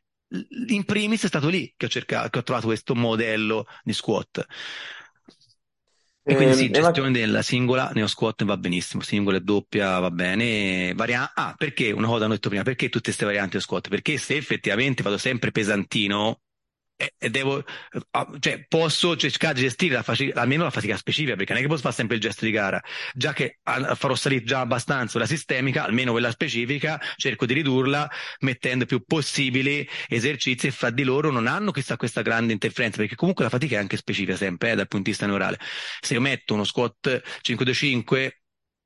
in primis è stato lì che ho cercato, che ho trovato questo modello di squat. E quindi sì, Ehm, e ma- gestione della singola, neo squat va benissimo, singola e doppia va bene. Varia- ah, perché una cosa hanno detto prima, perché tutte queste varianti dello squat? Perché se effettivamente vado sempre pesantino e, e devo, ah, cioè posso cercare di gestire la faci- almeno la fatica specifica, perché non è che posso fare sempre il gesto di gara, già che ah, farò salire già abbastanza la sistemica, almeno quella specifica, cerco di ridurla mettendo più possibili esercizi e fra di loro non hanno questa, questa grande interferenza, perché comunque la fatica è anche specifica sempre, eh, dal punto di vista neurale. Se io metto uno squat cinque due cinque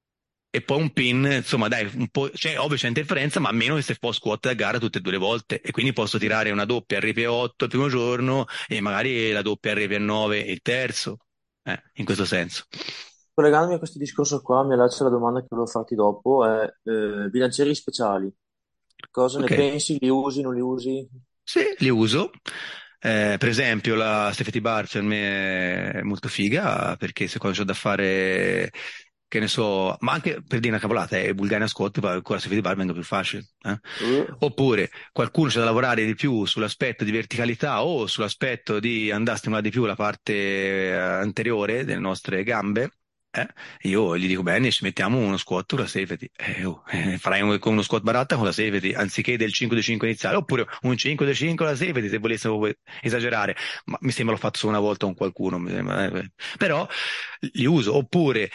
e poi un pin, insomma, dai, un po', cioè, ovvio c'è interferenza, ma meno che se fa squat da gara tutte e due le volte. E quindi posso tirare una doppia R P otto il primo giorno e magari la doppia R P nove il terzo. Eh, in questo senso. collegandomi a questo discorso qua, mi allaccio alla domanda che volevo farti dopo, è eh, bilancieri speciali. Cosa ne Ok, pensi? Li usi, non li usi? sì, li uso. Eh, per esempio, la Safety Bar per me è molto figa perché se quando c'ho da fare, che ne so, ma anche per dire una cavolata, è Bulgarian Squat, poi con la Safety Bar vengo più facile. Eh? Uh, Oppure qualcuno c'è da lavorare di più sull'aspetto di verticalità o sull'aspetto di andare a stimolare di più la parte eh, anteriore delle nostre gambe. Eh, io gli dico bene, ci mettiamo uno squat con la safety. Eh, oh, eh, farai un- con uno squat baratta con la safety, anziché del cinque di cinque iniziale, oppure un cinque di cinque con la safety, se volesse proprio esagerare. Ma mi sembra l'ho fatto solo una volta con qualcuno, mi sembra, eh. Però li uso. Oppure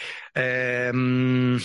ehm,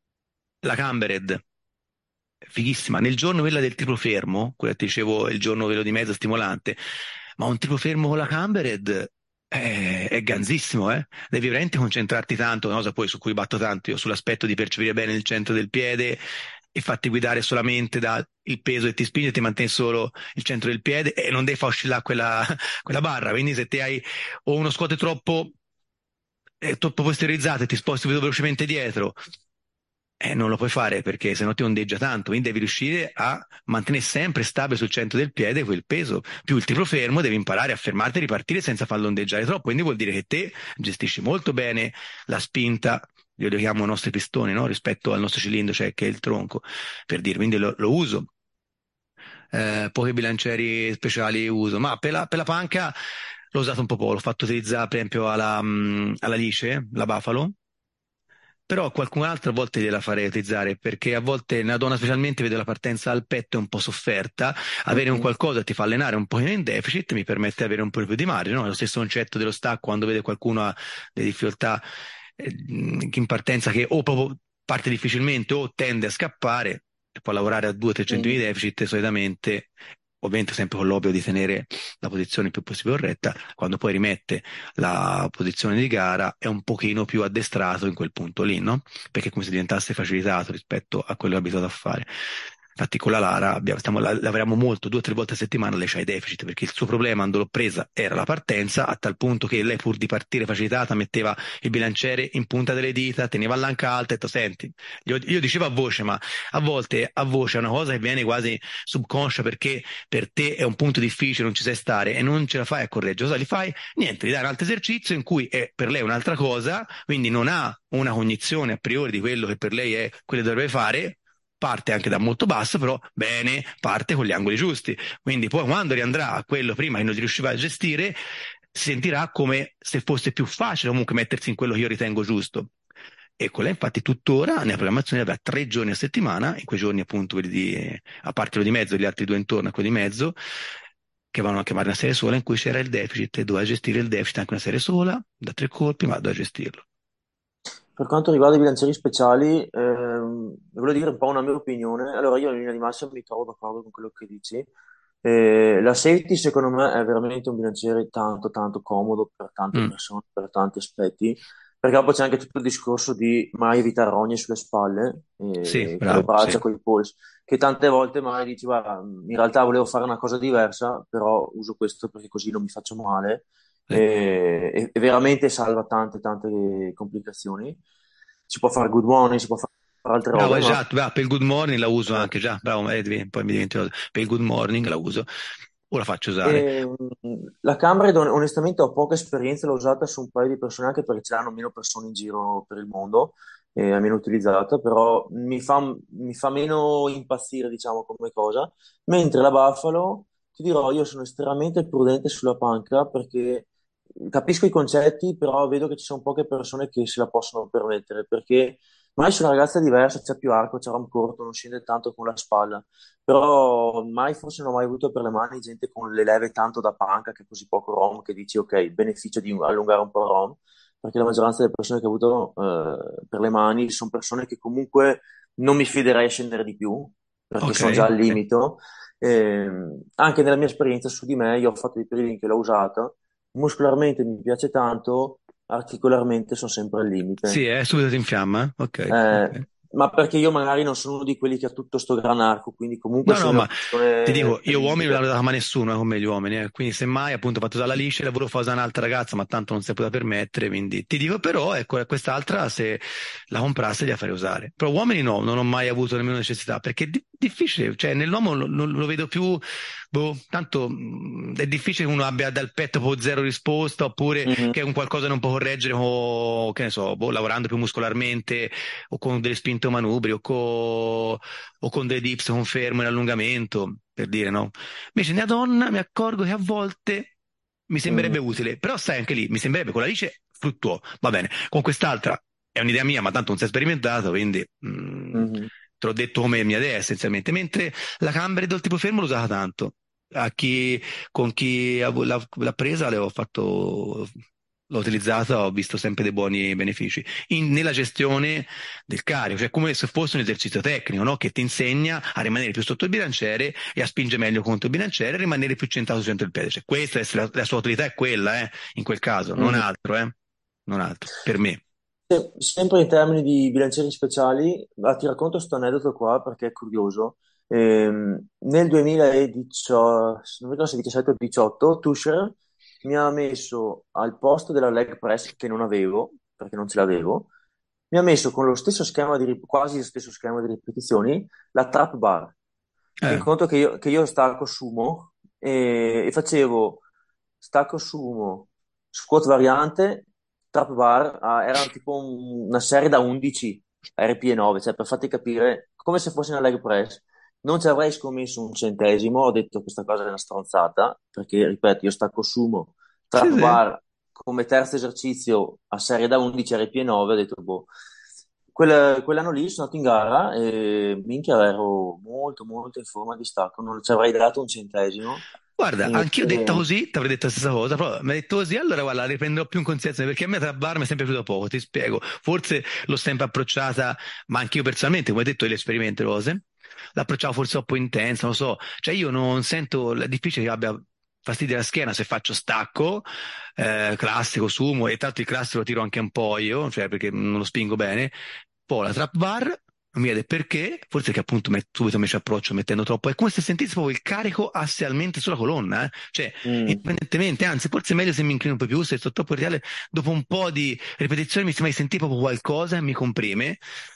la Cambered, fighissima. Nel giorno quella del triplo fermo, quella che ti dicevo, il giorno quello di mezzo stimolante, ma un triplo fermo con la Cambered è, è ganzissimo, eh? Devi veramente concentrarti tanto, una cosa poi su cui batto tanto io, sull'aspetto di percepire bene il centro del piede e farti guidare solamente dal peso che ti spinge e ti mantieni solo il centro del piede e non devi far oscillare quella, quella barra. Quindi se te hai o uno squat troppo, eh, troppo posterizzato e ti sposti velocemente dietro, eh, non lo puoi fare perché sennò ti ondeggia tanto, quindi devi riuscire a mantenere sempre stabile sul centro del piede quel peso. Più il triplo fermo devi imparare a fermarti e ripartire senza farlo ondeggiare troppo, quindi vuol dire che te gestisci molto bene la spinta, io lo chiamo i nostri pistoni, no? Rispetto al nostro cilindro, cioè che è il tronco, per dire, quindi lo, lo uso. Eh, pochi bilancieri speciali uso, ma per la, per la panca l'ho usato un po' poco, l'ho fatto utilizzare per esempio alla, mm, alla Lice, la Buffalo, però qualcun altro a volte gliela farei utilizzare, perché a volte una donna specialmente vede la partenza al petto è un po' sofferta, avere un Mhm. qualcosa che ti fa allenare un pochino in deficit mi permette di avere un po' più di margine, no? È lo stesso concetto dello stacco quando vede qualcuno ha delle difficoltà eh, in partenza che o proprio parte difficilmente o tende a scappare e può lavorare a due tre centimetri Mhm. di deficit solitamente, ovviamente sempre con l'obbligo di tenere la posizione il più possibile corretta, quando poi rimette la posizione di gara è un pochino più addestrato in quel punto lì, no? Perché è come se diventasse facilitato rispetto a quello che è abituato a fare. Infatti con la Lara abbiamo, stiamo, la- lavoriamo molto, due o tre volte a settimana lei c'ha i deficit, perché il suo problema quando l'ho presa era la partenza, a tal punto che lei pur di partire facilitata metteva il bilanciere in punta delle dita, teneva l'anca alta e ha detto, senti, io, io dicevo a voce, ma a volte a voce è una cosa che viene quasi subconscia perché per te è un punto difficile, non ci sai stare e non ce la fai a correggere. Cosa li fai? Niente, gli dai un altro esercizio in cui è per lei un'altra cosa, quindi non ha una cognizione a priori di quello che per lei è quello che dovrebbe fare, parte anche da molto basso, però bene, parte con gli angoli giusti. Quindi poi quando riandrà a quello prima che non riusciva a gestire, si sentirà come se fosse più facile comunque mettersi in quello che io ritengo giusto. E quella infatti tuttora nella programmazione avrà tre giorni a settimana, in quei giorni appunto quelli di, a parte quello di mezzo e gli altri due intorno a quelli di mezzo, che vanno a chiamare una serie sola in cui c'era il deficit e doveva gestire il deficit anche una serie sola, da tre colpi, ma doveva gestirlo. Per quanto riguarda i bilancieri speciali, ehm, volevo dire un po' una mia opinione. Allora, io in linea di massima mi trovo d'accordo con quello che dici. Eh, la safety, secondo me, è veramente un bilanciere tanto, tanto comodo per tante Mm. persone, per tanti aspetti, perché poi c'è anche tutto il discorso di mai evitare rogne sulle spalle, Sì, eh, con le bravo, sì. braccia, con i polsi, che tante volte magari dici, guarda, in realtà volevo fare una cosa diversa, però uso questo perché così non mi faccio male Sì. e, e- e veramente salva tante, tante complicazioni. Si può fare good morning, si può fare altre Bravo, robe, ma esatto, bravo, per il good morning la uso eh, anche già, bravo, eh, poi mi dimentico, per il good morning la uso, o la faccio usare. e, mh, la Cambridge on- onestamente ho poca esperienza, l'ho usata su un paio di persone anche perché ce l'hanno meno persone in giro per il mondo, e è meno utilizzata, però mi fa, mi fa meno impazzire, diciamo, come cosa. Mentre la Buffalo, ti dirò, io sono estremamente prudente sulla panca perché capisco i concetti, però vedo che ci sono poche persone che se la possono permettere, perché magari se una ragazza è diversa, c'è più arco, c'è ram corto, non scende tanto con la spalla. Però mai, forse non ho mai avuto per le mani gente con le leve tanto da panca che ha così poco ROM che dici ok, beneficio di allungare un po' il ROM, perché la maggioranza delle persone che ho avuto eh, per le mani sono persone che comunque non mi fiderei a scendere di più, perché Ok, sono già al sì. limite. Ehm, anche nella mia esperienza su di me, io ho fatto dei periodi in cui l'ho usata, muscolarmente mi piace tanto, articolarmente sono sempre al Sì, limite. eh, subito ti infiamma, eh? Ok, Eh, ok. ma perché io magari non sono uno di quelli che ha tutto sto gran arco, quindi comunque No, sono no, in una ma ti posizione dico, al io uomini non limite. l'avrei data mai nessuno, eh, come gli uomini, eh. Quindi semmai appunto ho fatto usare la liscia, lavoro fa usare un'altra ragazza, ma tanto non si poteva permettere, quindi ti dico però, ecco, quest'altra se la comprasse la farei usare. Però uomini no, non ho mai avuto nemmeno necessità, perché è di- difficile, cioè nell'uomo lo, lo- lo vedo più, boh, tanto mh, è difficile che uno abbia dal petto proprio zero risposta, oppure Mhm. che è un qualcosa che non può correggere o, che ne so, boh, lavorando più muscolarmente, o con delle spinte o manubri, o con o con dei dips confermo in allungamento, per dire no. Invece nella donna mi accorgo che a volte mi Mhm. sembrerebbe utile, però sai anche lì, mi sembrerebbe con la lice fluttuò, va bene, con quest'altra è un'idea mia, ma tanto non si è sperimentato, quindi mm, Mhm. te l'ho detto come mia idea essenzialmente, mentre la Camber del tipo fermo l'ho usata tanto. A chi, con chi ha- l'ha, l'ha presa le ho fatto, l'ho utilizzata, ho visto sempre dei buoni benefici. In- nella gestione del carico, cioè come se fosse un esercizio tecnico, no? Che ti insegna a rimanere più sotto il bilanciere e a spingere meglio contro il bilanciere e rimanere più centrato sul centro del piede. Cioè, questa è la, la sua utilità è quella, eh, in quel caso, non Mhm. altro, eh, non altro, per me. Se- Sempre in termini di bilancieri speciali, ah, ti racconto questo aneddoto qua perché è curioso. Ehm, nel duemiladiciotto, non mi ricordo se diciassette o diciotto, Tusher mi ha messo al posto della leg press che non avevo, perché non ce l'avevo, mi ha messo con lo stesso schema di, rip- quasi lo stesso schema di ripetizioni, la trap bar. Ti Eh, conto che io, che io stacco sumo e, e facevo stacco sumo, squat variante, trap bar, ah, era tipo un- una serie da undici R P E nove, cioè per farti capire come se fosse una leg press. Non ci avrei scommesso un centesimo, ho detto questa cosa è una stronzata, perché ripeto, io stacco sumo, sì, trap sì. bar come terzo esercizio a serie da undici R P E nove, ho detto boh. quel- quell'anno lì sono andato in gara e minchia ero molto molto in forma di stacco, non ci avrei dato un centesimo. Guarda, anch'io detta Invece, così, ti avrei detto la stessa cosa, però mi hai detto così, allora guarda, la riprenderò più in considerazione, perché a me tra bar mi è sempre piaciuto poco, ti spiego. Forse l'ho sempre approcciata, ma anch'io personalmente, come hai detto, io le esperimento le cose, l'approcciavo forse troppo intensa, non lo so. Cioè io non sento, è difficile che abbia fastidio alla schiena se faccio stacco, eh, classico, sumo, e tanto il classico lo tiro anche un po' io, cioè perché non lo spingo bene. Poi la trap bar, non mi chiede perché, forse che appunto met- subito mi ci approccio mettendo troppo, è come se sentissi proprio il carico assialmente sulla colonna, eh. Cioè, mm, indipendentemente, anzi, forse è meglio se mi inclino un po' più, se sto troppo reale, dopo un po' di ripetizioni mi sembra di sentire proprio qualcosa e mi comprime,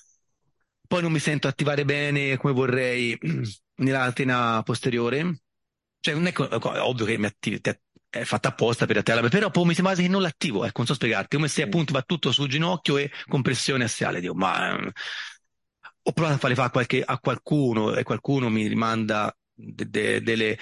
poi non mi sento attivare bene come vorrei nella catena posteriore, cioè non è, co- è ovvio che mi attivi, te- è fatta apposta per attivare, però poi mi sembra quasi che non l'attivo, ecco, non so spiegarti, come se mm. appunto va tutto sul ginocchio e compressione assiale, dico, ma eh, ho provato a farle fare qualche- a qualcuno e qualcuno mi rimanda de- de- delle,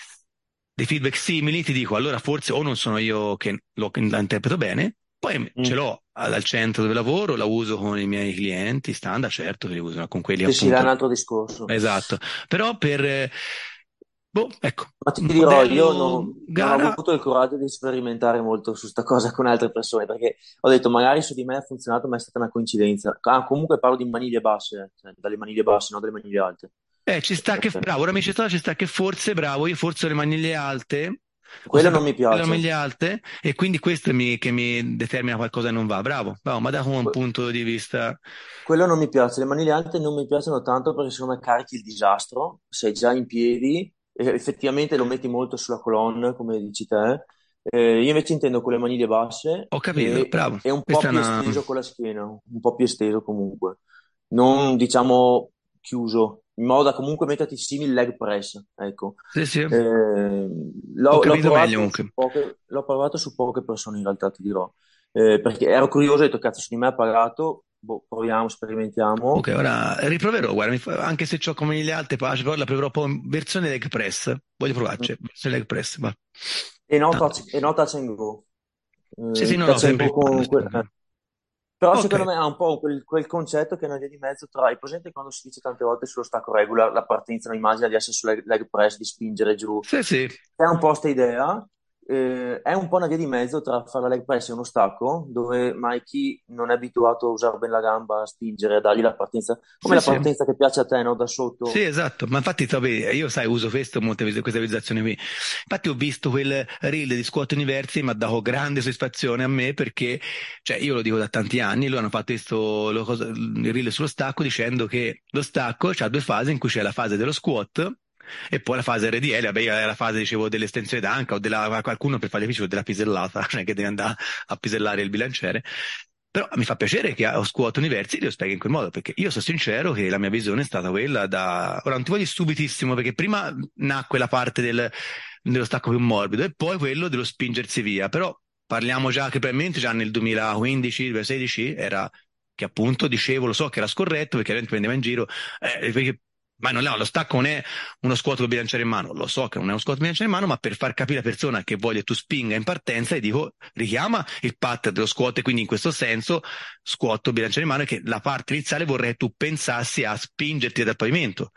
dei feedback simili, ti dico, allora forse o non sono io che lo che la interpreto bene, poi ce Mm. l'ho al al centro dove lavoro, la uso con i miei clienti standard, certo, che li uso con quelli Sì, sì, là è un appunto. altro discorso. Esatto, però per, eh, boh, ecco, Ma ti un dirò, io modello no- non ho gara, avuto il coraggio di sperimentare molto su sta cosa con altre persone, perché ho detto magari su di me ha funzionato, ma è stata una coincidenza. Ah, comunque parlo di maniglie basse, cioè dalle maniglie basse, non dalle maniglie alte. eh, ci sta che, Eh, bravo, ora mi ci sta, ci sta che forse, bravo, io forse ho le maniglie alte, ho Quello sempre non mi le piace. maniglie alte e quindi questo mi, che mi determina qualcosa che non va, bravo, bravo, ma da un Que- punto di vista, Quello non mi piace. Le maniglie alte non mi piacciono tanto perché secondo me carichi il disastro, sei già in piedi e effettivamente lo metti molto sulla colonna, come dici te. Eh, io invece intendo con le maniglie basse ho capito, e, bravo, e un po' questa è più una, esteso con la schiena, un po' più esteso comunque. Non diciamo chiuso, in modo da comunque metterti simil leg press, ecco. sì, sì, Eh, ho l'ho l'ho capito meglio provato su comunque. poche, l'ho provato su poche persone in realtà, ti dirò. Eh, perché ero curioso, ho detto, cazzo, su di me ha pagato, boh, proviamo, Ok, sperimentiamo. ora riproverò, guarda, mi fa- anche se ho come le altre pace, però la proverò poi in versione leg press. Voglio provarci, versione leg press, va. E no Tanto. touch, e no touch and go. Sì, Eh, sì, il no, no, touch and sempre go e quando. con Sempre que- e eh. quando. Però Ok, secondo me ha un po' quel, quel concetto che è una via di mezzo tra, hai presente quando si dice tante volte sullo stacco regular, la partenza non immagina di essere sul leg, leg press, di spingere giù. sì, sì. È un po' sta idea, eh, è un po' una via di mezzo tra fare la leg press e uno stacco, dove mai chi non è abituato a usare bene la gamba, a spingere, a dargli la partenza, come Sì, la sì. partenza che piace a te, no? Da Sì, sotto. esatto, ma infatti sapete, io sai, uso questo, molte vis- questa visualizzazione qui. Infatti ho visto quel reel di Squat University, mi ha dato grande soddisfazione a me perché, cioè io lo dico da tanti anni, loro hanno fatto questo, lo cosa- il reel sullo stacco dicendo che lo stacco ha due fasi in cui c'è la fase dello squat e poi la fase R D L, vabbè, io era la fase, dicevo, dell'estensione d'anca o della, qualcuno per fare difficile della pisellata, cioè che devi andare a pisellare il bilanciere. Però mi fa piacere che a Squat University lo spieghi in quel modo, perché io sono sincero che la mia visione è stata quella da... Ora non ti voglio subitissimo, perché prima nacque la parte del, dello stacco più morbido e poi quello dello spingersi via, però parliamo già che probabilmente già nel duemilaquindici, duemilasedici era che appunto dicevo, lo so che era scorretto perché la gente prendeva in giro, eh, perché ma non, no, lo stacco non è uno squat con il bilanciere in mano, lo so che non è uno squat con il bilanciere in mano, ma per far capire alla persona che voglio tu spinga in partenza, gli dico richiama il pattern dello squat e quindi in questo senso squat o bilanciere in mano e che la parte iniziale vorrei che tu pensassi a spingerti dal pavimento.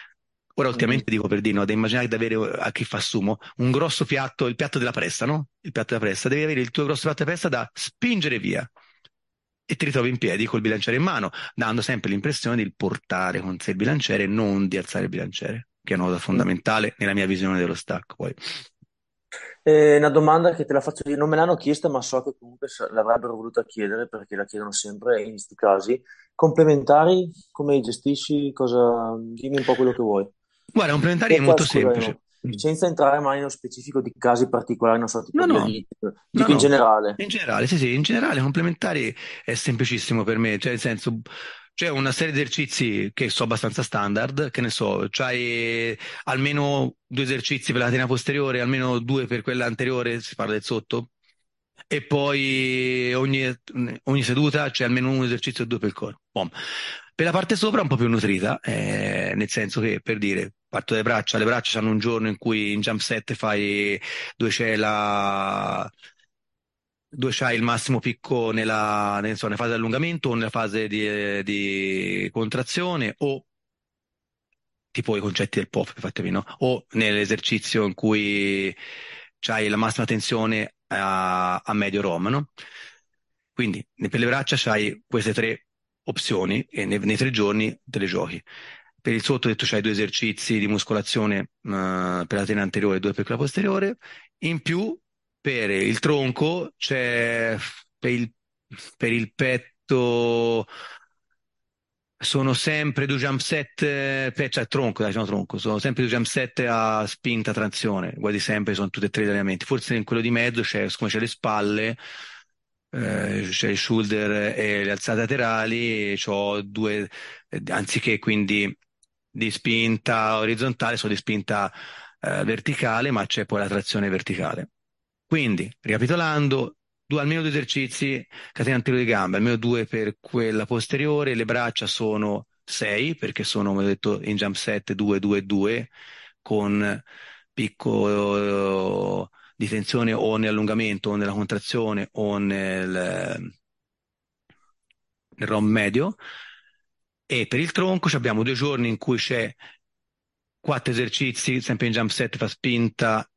Ora Mm. ultimamente dico per dire, no, devi immaginare di avere a chi fa sumo un grosso piatto, il piatto della pressa, no? Il piatto della pressa, devi avere il tuo grosso piatto della pressa da spingere via e ti ritrovi in piedi col bilanciere in mano, dando sempre l'impressione di portare con sé il bilanciere e non di alzare il bilanciere, che è una cosa Mm. fondamentale nella mia visione dello stacco. Poi. E una domanda che te la faccio io, non me l'hanno chiesta, ma so che comunque sa- l'avrebbero voluta chiedere perché la chiedono sempre in questi casi. Complementari, come li gestisci? Cosa... Dimmi un po' quello che vuoi. Guarda, complementari è Senza, molto scusami, semplice. no, senza entrare mai nello specifico di casi particolari, non so, tipo No, di no, elite, no, dico in no. generale. In generale, sì, sì, in generale, complementari è semplicissimo per me, cioè nel senso, c'è una serie di esercizi che so abbastanza standard, che ne so, c'hai almeno due esercizi per la catena posteriore, almeno due per quella anteriore, si parla del sotto, e poi ogni, ogni seduta c'è almeno un esercizio e due per il corpo. Bom. Per la parte sopra è un po' più nutrita, eh, nel senso che, per dire, parto dalle braccia, le braccia hanno un giorno in cui in jump set fai dove c'è la, dove c'hai il massimo picco nella, nel- insomma, nella fase di allungamento o nella fase di, di contrazione o tipo i concetti del pop, fatemi, no? O nell'esercizio in cui c'hai la massima tensione a, a medio ROM, no? Quindi ne- per le braccia c'hai queste tre opzioni e nei, nei tre giorni te le giochi. Per il sotto, ho detto, c'hai due esercizi di muscolazione eh, per la tena anteriore e due per quella posteriore. In più, per il tronco c'è per il, per il petto sono sempre due jump set, eh, pe- cioè tronco, dai, sono tronco, sono sempre due jump set a spinta trazione, quasi sempre sono tutti e tre gli allenamenti. Forse in quello di mezzo c'è, come c'è le spalle, eh, c'è il shoulder e le alzate laterali, c'ho due, eh, anziché quindi di spinta orizzontale, sono di spinta eh, verticale, ma c'è poi la trazione verticale. Quindi, ricapitolando, due, almeno due esercizi, catena anteriore di gambe, almeno due per quella posteriore, le braccia sono sei, perché sono, come ho detto, in jump set due, due, due, con picco eh, di tensione o nell'allungamento o nella contrazione o nel, nel ROM medio. E per il tronco ci abbiamo due giorni in cui c'è quattro esercizi, sempre in jump set, fa spinta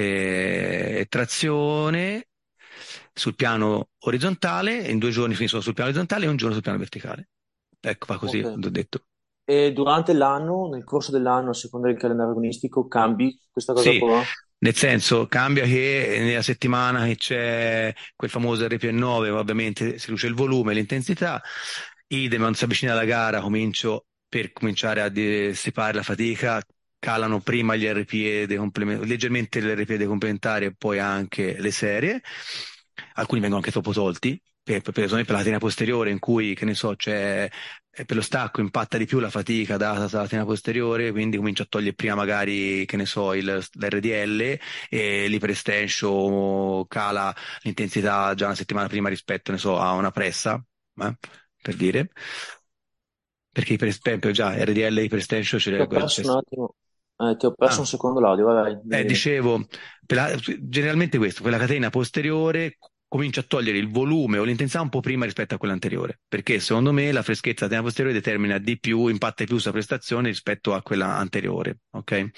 e trazione sul piano orizzontale, in due giorni finiscono sul piano orizzontale e un giorno sul piano verticale. Ecco, fa così, Ok. l'ho detto. E durante l'anno, nel corso dell'anno, a seconda del calendario agonistico, cambi questa cosa Sì, qua? nel senso, cambia che nella settimana che c'è quel famoso R P E nove, ovviamente si riduce il volume, l'intensità, idem, quando si avvicina alla gara, comincio per cominciare a dissipare la fatica, calano prima gli R P E dei complemen- leggermente l'R P E dei complementari e poi anche le serie. Alcuni vengono anche troppo tolti, per, per esempio per la catena posteriore in cui, che ne so, c'è eh, per lo stacco impatta di più la fatica data dalla catena posteriore, quindi comincio a togliere prima magari, che ne so, il, l'R D L e l'iperestension cala l'intensità già una settimana prima rispetto, ne so, a una pressa, eh, per dire. Perché per esempio già R D L e iperestension Ti ho c'è, c'è- perso un attimo, eh, ti ho perso ah, un secondo l'audio, vai, vai, eh, dimmi, dimmi. dicevo, per la- generalmente questo, quella catena posteriore comincia a togliere il volume o l'intensità un po' prima rispetto a quella anteriore, perché secondo me la freschezza della catena posteriore determina di più, impatta di più sulla prestazione rispetto a quella anteriore, ok?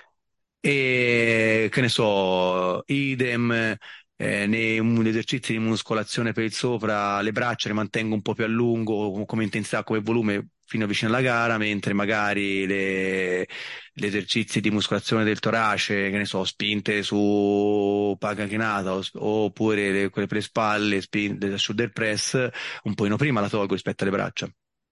E che ne so, idem, eh, nei um, esercizi di muscolazione per il sopra, le braccia le mantengo un po' più a lungo come intensità, come volume fino vicino alla gara, mentre magari le, gli esercizi di muscolazione del torace, che ne so, spinte su panca chinata o- oppure le- quelle per le spalle, spinte da shoulder press, un pochino prima la tolgo rispetto alle braccia.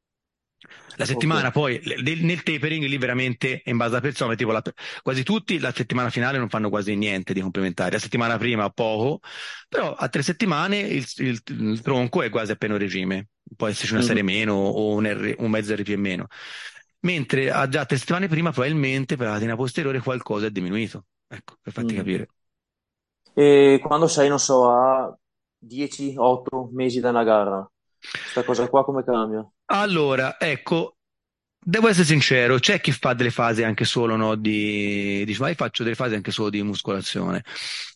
La Ok. settimana poi le- del- nel tapering lì veramente è in base alla persona, tipo la- quasi tutti la settimana finale non fanno quasi niente di complementare, la settimana prima poco, però a tre settimane il, il- il tronco è quasi appena un regime, può esserci una Mhm. serie meno o un, R- un mezzo R P in meno, mentre a già tre settimane prima probabilmente per la catena posteriore qualcosa è diminuito, ecco, per farti Mhm. capire. E quando sei, non so, a dieci otto mesi da una gara, sta cosa qua come cambia? Allora, ecco, devo essere sincero, c'è chi fa delle fasi anche solo, no, di, dice, ma io faccio delle fasi anche solo di muscolazione.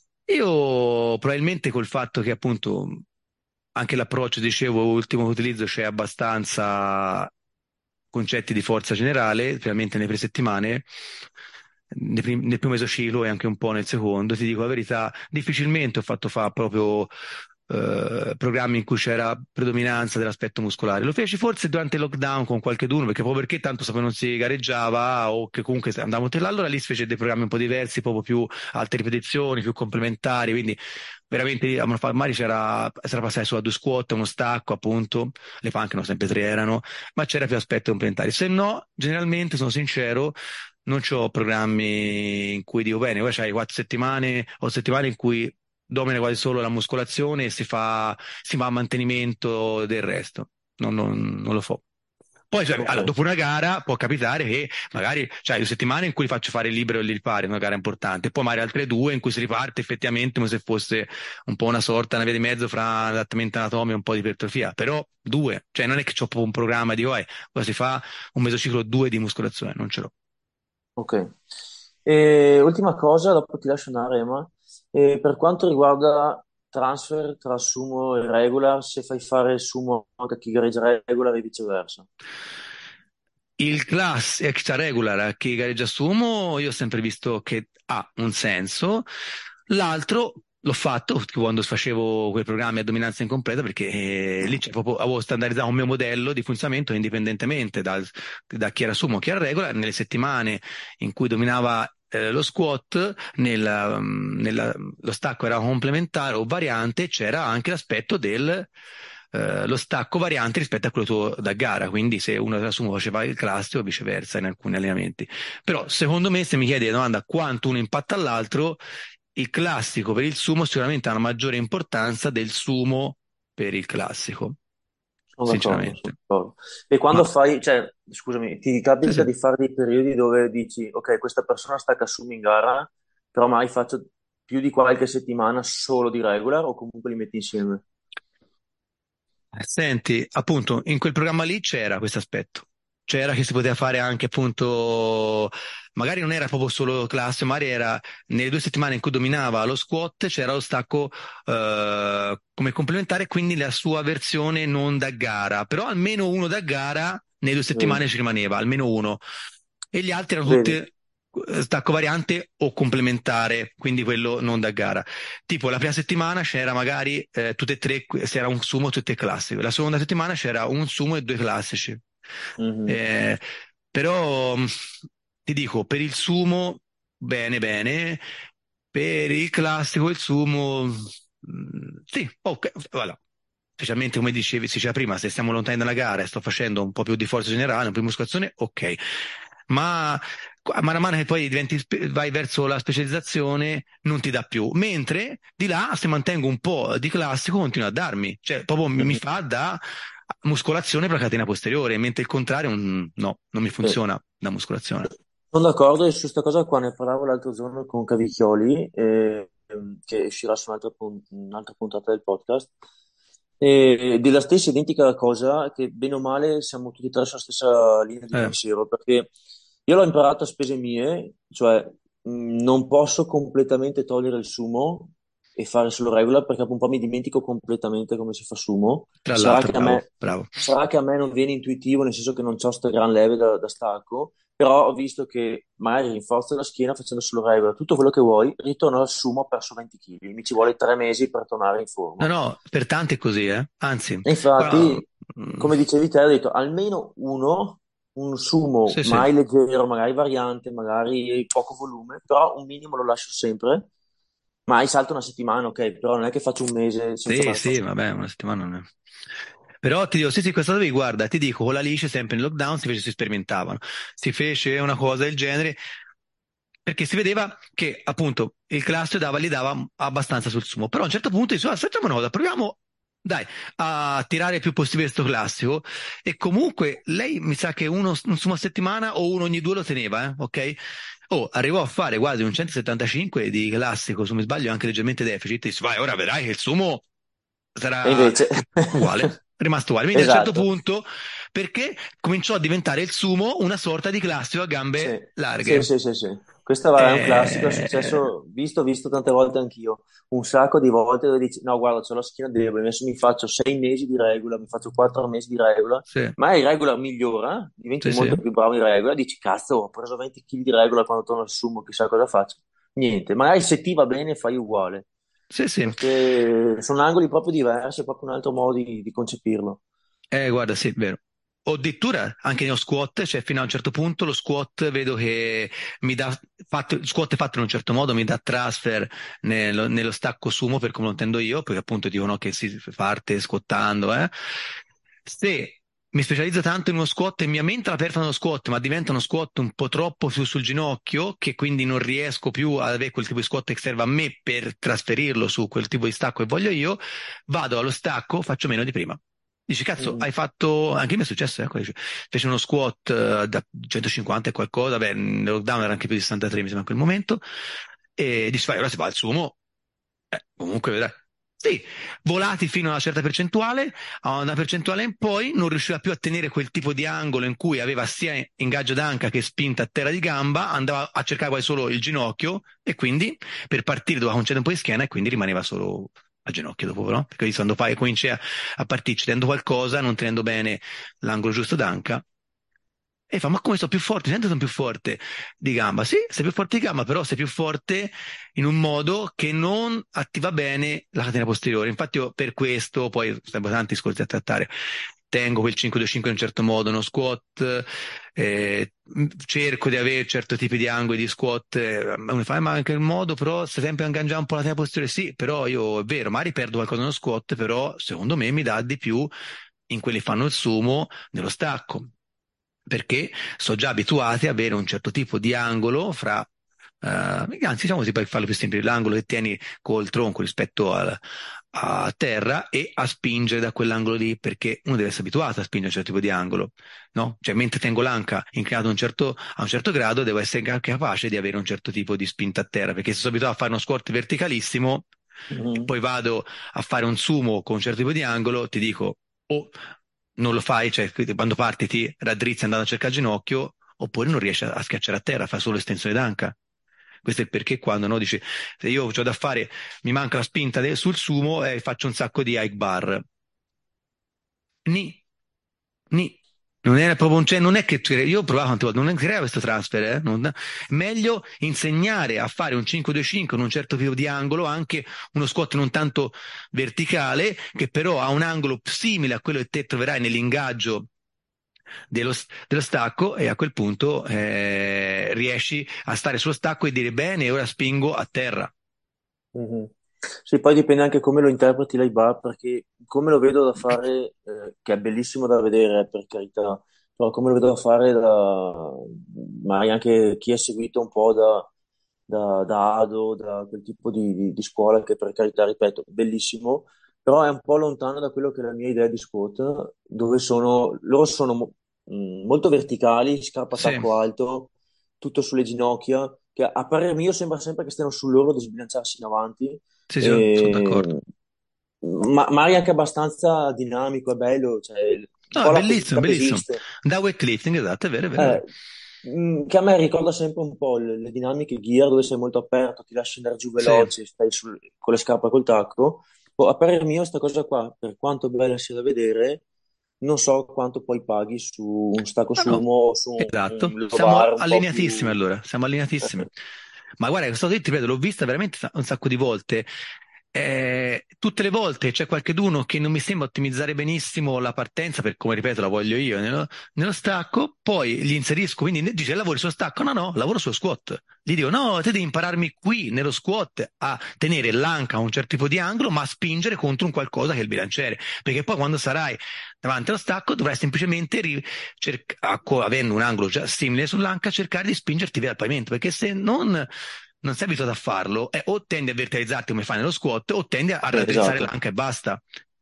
Io probabilmente col fatto che appunto anche l'approccio, dicevo, ultimo che utilizzo c'è abbastanza concetti di forza generale, specialmente nelle prime settimane, nel, prim- nel primo esociclo e anche un po' nel secondo, ti dico la verità, difficilmente ho fatto fare proprio eh, programmi in cui c'era predominanza dell'aspetto muscolare. Lo feci forse durante il lockdown con qualche d'uno, perché proprio perché tanto sapevo non si gareggiava o che comunque andavamo là, allora lì si fece dei programmi un po' diversi, proprio più alte ripetizioni, più complementari, quindi veramente lì, a magari c'era, c'era passare su a due squat, uno stacco appunto, le panche non sempre tre erano, ma c'era più aspetti complementari. Se no, generalmente, sono sincero, non ho programmi in cui dico bene, poi c'hai quattro settimane o settimane in cui domina quasi solo la muscolazione e si fa, si va a mantenimento del resto. Non, non, non lo so. Poi, cioè, Ok. allora, dopo una gara può capitare che magari c'hai due settimane in cui faccio fare il libero e il ripari, una gara importante, poi magari altre due in cui si riparte effettivamente come se fosse un po' una sorta, una via di mezzo fra adattamento anatomico e un po' di ipertrofia, però due, cioè non è che c'ho proprio un programma di, oh, eh, cosa si fa un mesociclo due di muscolazione, non ce l'ho. Ok. E ultima cosa, dopo ti lascio andare, Emma. E per quanto riguarda transfer tra sumo e regular se fai fare sumo anche a chi gareggia regular e viceversa? Il class extra regular a chi gareggia sumo, io ho sempre visto che ha un senso. L'altro l'ho fatto quando facevo quei programmi a dominanza incompleta perché eh, lì c'è proprio, avevo standardizzato un mio modello di funzionamento indipendentemente dal- da chi era sumo, chi era regular. Nelle settimane in cui dominava eh, lo squat, nella, mm, nella- lo stacco era complementare o variante, c'era anche l'aspetto del eh, lo stacco variante rispetto a quello tuo da gara, quindi se uno della sumo faceva il classico o viceversa in alcuni allenamenti. Però secondo me, se mi chiedi la domanda quanto uno impatta all'altro, il classico per il sumo sicuramente ha una maggiore importanza del sumo per il classico, Sono d'accordo, sono sinceramente. d'accordo. E quando Ma fai, cioè, scusami, ti sì, capita sì. di fare dei periodi dove dici, ok, questa persona stacca sumo in gara, però mai faccio più di qualche settimana solo di regular o comunque li metti insieme? Senti, appunto, in quel programma lì c'era questo aspetto. C'era che si poteva fare anche, appunto, magari non era proprio solo classe, magari era nelle due settimane in cui dominava lo squat, c'era lo stacco eh, come complementare, quindi la sua versione non da gara, però almeno uno da gara nelle due Vedi, settimane ci rimaneva, almeno uno. E gli altri erano tutti vedi? eh, stacco variante o complementare, quindi quello non da gara. Tipo la prima settimana c'era magari eh, tutte e tre, se era un sumo tutte e classiche. La seconda settimana c'era un sumo e due classici. Mhm. Eh, però mh, ti dico, per il sumo, bene, bene. Per il classico, il sumo, mh, sì, ok, voilà. Specialmente come dicevi, si diceva prima, se stiamo lontani dalla gara e sto facendo un po' più di forza generale, un po' di muscolazione, ok. Ma a mano a mano che poi diventi, spe- vai verso la specializzazione, non ti dà più. Mentre di là, se mantengo un po' di classico, continua a darmi. Cioè, proprio mi, mi Mhm. fa da muscolazione per la catena posteriore, mentre il contrario, mm, no, non mi Sì. funziona da muscolazione. Sono d'accordo e su questa cosa qua ne parlavo l'altro giorno con Cavicchioli, eh, ehm, che uscirà su un'altra, pun- un'altra puntata del podcast, e della stessa identica cosa, che bene o male siamo tutti e tre sulla stessa linea di Eh, pensiero, perché io l'ho imparato a spese mie, cioè mh, non posso completamente togliere il sumo e fare solo regular, perché dopo un po' mi dimentico completamente come si fa sumo. tra Sarà l'altro, che a bravo, me, bravo. sarà che a me non viene intuitivo, nel senso che non c'ho sto gran leve da da stacco, però ho visto che magari rinforzo la schiena facendo solo regola, tutto quello che vuoi, ritorno al sumo, ho perso venti chili, mi ci vuole tre mesi per tornare in No, forma. no, per tanti è così, eh. Anzi, E guarda, infatti, mm, come dicevi te, ho detto almeno uno, un sumo sì, sì, mai leggero, magari variante, magari poco volume, però un minimo lo lascio sempre, mai salto una settimana, ok, però non è che faccio un mese senza sì, fare sì, forza. vabbè, una settimana non è. Però ti dico, sì, sì, questa cosa qui, guarda, ti dico, con la Lice sempre in lockdown si fece, si sperimentavano, si fece una cosa del genere perché si vedeva che appunto il classico dava, gli dava abbastanza sul sumo, però a un certo punto dice, ah, facciamo una cosa, proviamo, dai, a tirare il più possibile questo classico e comunque lei mi sa che uno, un sumo a settimana o uno ogni due lo teneva, eh, ok? Oh, arrivò a fare quasi un centosettantacinque di classico, se non mi sbaglio anche leggermente deficit, e disse, vai, ora vedrai che il sumo E sarà invece, uguale, è rimasto uguale. Quindi a un certo esatto. punto, perché cominciò a diventare il sumo una sorta di classico a Sì, gambe sì, larghe. sì, sì, sì. Questo è un classico, è Eh, successo, visto, visto tante volte anch'io, un sacco di volte dove dici, no, guarda, c'ho la schiena debole, adesso mi faccio sei mesi di regola, mi faccio quattro mesi di regola, sì, ma il regola migliora, diventi sì, sì, molto più bravo in regola, dici, cazzo, ho preso venti chili di regola quando torno al sumo, chissà cosa faccio. Niente, magari se ti va bene fai uguale, sì, sì. perché sono angoli proprio diversi, è proprio un altro modo di, di concepirlo. Eh, guarda, sì, è vero. O addirittura anche nello squat, cioè fino a un certo punto lo squat vedo che mi dà, fatto, il squat fatto in un certo modo mi dà transfer nello, nello stacco sumo per come lo intendo io, perché appunto dicono che si parte squattando, eh. Se mi specializzo tanto in uno squat e mi aumenta la performance dello squat, ma diventa uno squat un po' troppo più sul ginocchio, che quindi non riesco più ad avere quel tipo di squat che serve a me per trasferirlo su quel tipo di stacco che voglio io, vado allo stacco, faccio meno di prima. Dici, cazzo, Mm. hai fatto, anche a me è successo, ecco, dice, fece uno squat eh, da centocinquanta e qualcosa, beh, nel lockdown era anche più di sessantatré, mi sembra, in quel momento, e dici, vai, ora si va al sumo, eh, comunque, vedrai. Sì, volati fino a una certa percentuale, a una percentuale in poi non riusciva più a tenere quel tipo di angolo in cui aveva sia ingaggio d'anca che spinta a terra di gamba, andava a cercare quasi solo il ginocchio e quindi per partire doveva concedere un po' di schiena e quindi rimaneva solo a ginocchio dopo, però, perché quando fai, cominci a, a partirci tenendo qualcosa, non tenendo bene l'angolo giusto d'anca, e fa, ma come sto più forte? Sento che sono più forte di gamba. Sì, sei più forte di gamba, però sei più forte in un modo che non attiva bene la catena posteriore. Infatti io per questo, poi sarebbero tanti discorsi da trattare, tengo quel cinque due cinque in un certo modo, uno squat, eh, cerco di avere certi tipi di angoli di squat, eh, mi fa, "Eh, ma anche il modo, però stai sempre a ingaggiare un po' la catena posteriore." Sì, però io, è vero, magari perdo qualcosa nello squat, però secondo me mi dà di più in quelli che fanno il sumo nello stacco, perché sono già abituati a avere un certo tipo di angolo fra, eh, anzi diciamo così per farlo più semplice, l'angolo che tieni col tronco rispetto al- a terra e a spingere da quell'angolo lì, perché uno deve essere abituato a spingere un certo tipo di angolo, no? Cioè mentre tengo l'anca inclinato a un certo, a un certo grado devo essere anche capace di avere un certo tipo di spinta a terra, perché se sono abituato a fare uno squat verticalissimo e Mhm. poi vado a fare un sumo con un certo tipo di angolo, ti dico, o non lo fai, cioè quando parti ti raddrizzi andando a cercare il ginocchio, oppure non riesci a, a schiacciare a terra, fai solo estensione d'anca. Questo è il perché quando no, dici, se io ho da fare, mi manca la spinta de- sul sumo e faccio un sacco di high bar. Ni, ni. Non era proprio un, cioè, non è che tu- io ho provato tante volte, non crea questo transfer, eh? Non- meglio insegnare a fare un cinque due cinque con un certo tipo di angolo, anche uno squat non tanto verticale, che però ha un angolo simile a quello che te troverai nell'ingaggio dello, dello stacco, e a quel punto eh, riesci a stare sullo stacco e dire bene, ora spingo a terra. Mhm. Sì, poi dipende anche come lo interpreti lei bar, perché come lo vedo da fare, eh, che è bellissimo da vedere, per carità, però come lo vedo da fare da, magari anche chi è seguito un po' da, da, da Ado, da quel tipo di, di- di scuola, che per carità, ripeto, bellissimo, però è un po' lontano da quello che è la mia idea di squat, dove sono, loro sono mo- mh, molto verticali, scarpa Sì, tacco alto, tutto sulle ginocchia, che a parer mio sembra sempre che stiano sull'orlo di sbilanciarsi in avanti, sì, sì, sono d'accordo. e, ma, ma è anche abbastanza dinamico, è bello, cioè, un No, è po' la bellissimo, pesistica bellissimo. pesiste. Da weightlifting, esatto, è vero, è vero, è vero. Eh, mh, che a me ricorda sempre un po' le, le dinamiche gear dove sei molto aperto, ti lasci andare giù Sì. veloce, stai sul- con le scarpe e col tacco. Oh, a parer mio, sta cosa qua, per quanto bella sia da vedere, non so quanto poi paghi su un stacco No, no, sumo o su un, esatto. un low Siamo bar un po' allineatissimi più... allora, siamo allineatissimi. Ma guarda, questa cosa qui, ti ripeto, l'ho vista veramente sa- un sacco di volte. Eh, tutte le volte c'è qualcheduno che non mi sembra ottimizzare benissimo la partenza, per come ripeto la voglio io, nello, nello stacco, poi gli inserisco, quindi ne- dice lavori sullo stacco, no no, lavoro sullo squat. Gli dico no, te devi impararmi qui nello squat a tenere l'anca a un certo tipo di angolo, ma a spingere contro un qualcosa che è il bilanciere, perché poi quando sarai davanti allo stacco dovrai semplicemente, ri- cerc- a- co- avendo un angolo già simile sull'anca, cercare di spingerti via dal pavimento, perché se non non sei abituato a farlo, eh, o tendi a verticalizzarti come fai nello squat, o tendi a Sì, raddrizzare esatto. l'anca e basta.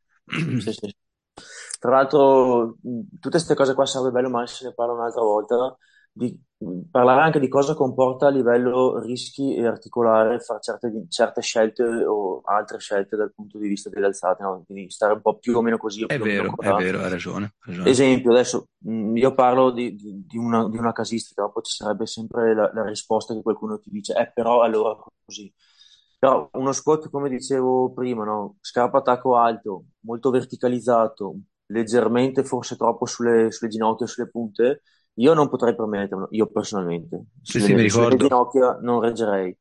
Sì, sì. Tra l'altro, mh, tutte queste cose qua sarebbe bello, ma se ne parla un'altra volta, di mh, parlare anche di cosa comporta a livello rischi e articolare fare certe, certe scelte o altre scelte dal punto di vista delle alzate, no? Quindi stare un po' più o meno così o È più o meno vero, è colà. vero, hai ragione, hai ragione. Esempio, adesso mh, io parlo di, di- di una, di una casistica, dopo ci sarebbe sempre la, la risposta che qualcuno ti dice, eh, però allora così. Però uno squat, come dicevo prima, no? Scarpa a tacco alto, molto verticalizzato, leggermente forse troppo sulle, sulle ginocchia, sulle punte, io non potrei permetterlo, io personalmente. Sì, sì, mi Sulle, sulle mie ricordo. ginocchia non reggerei.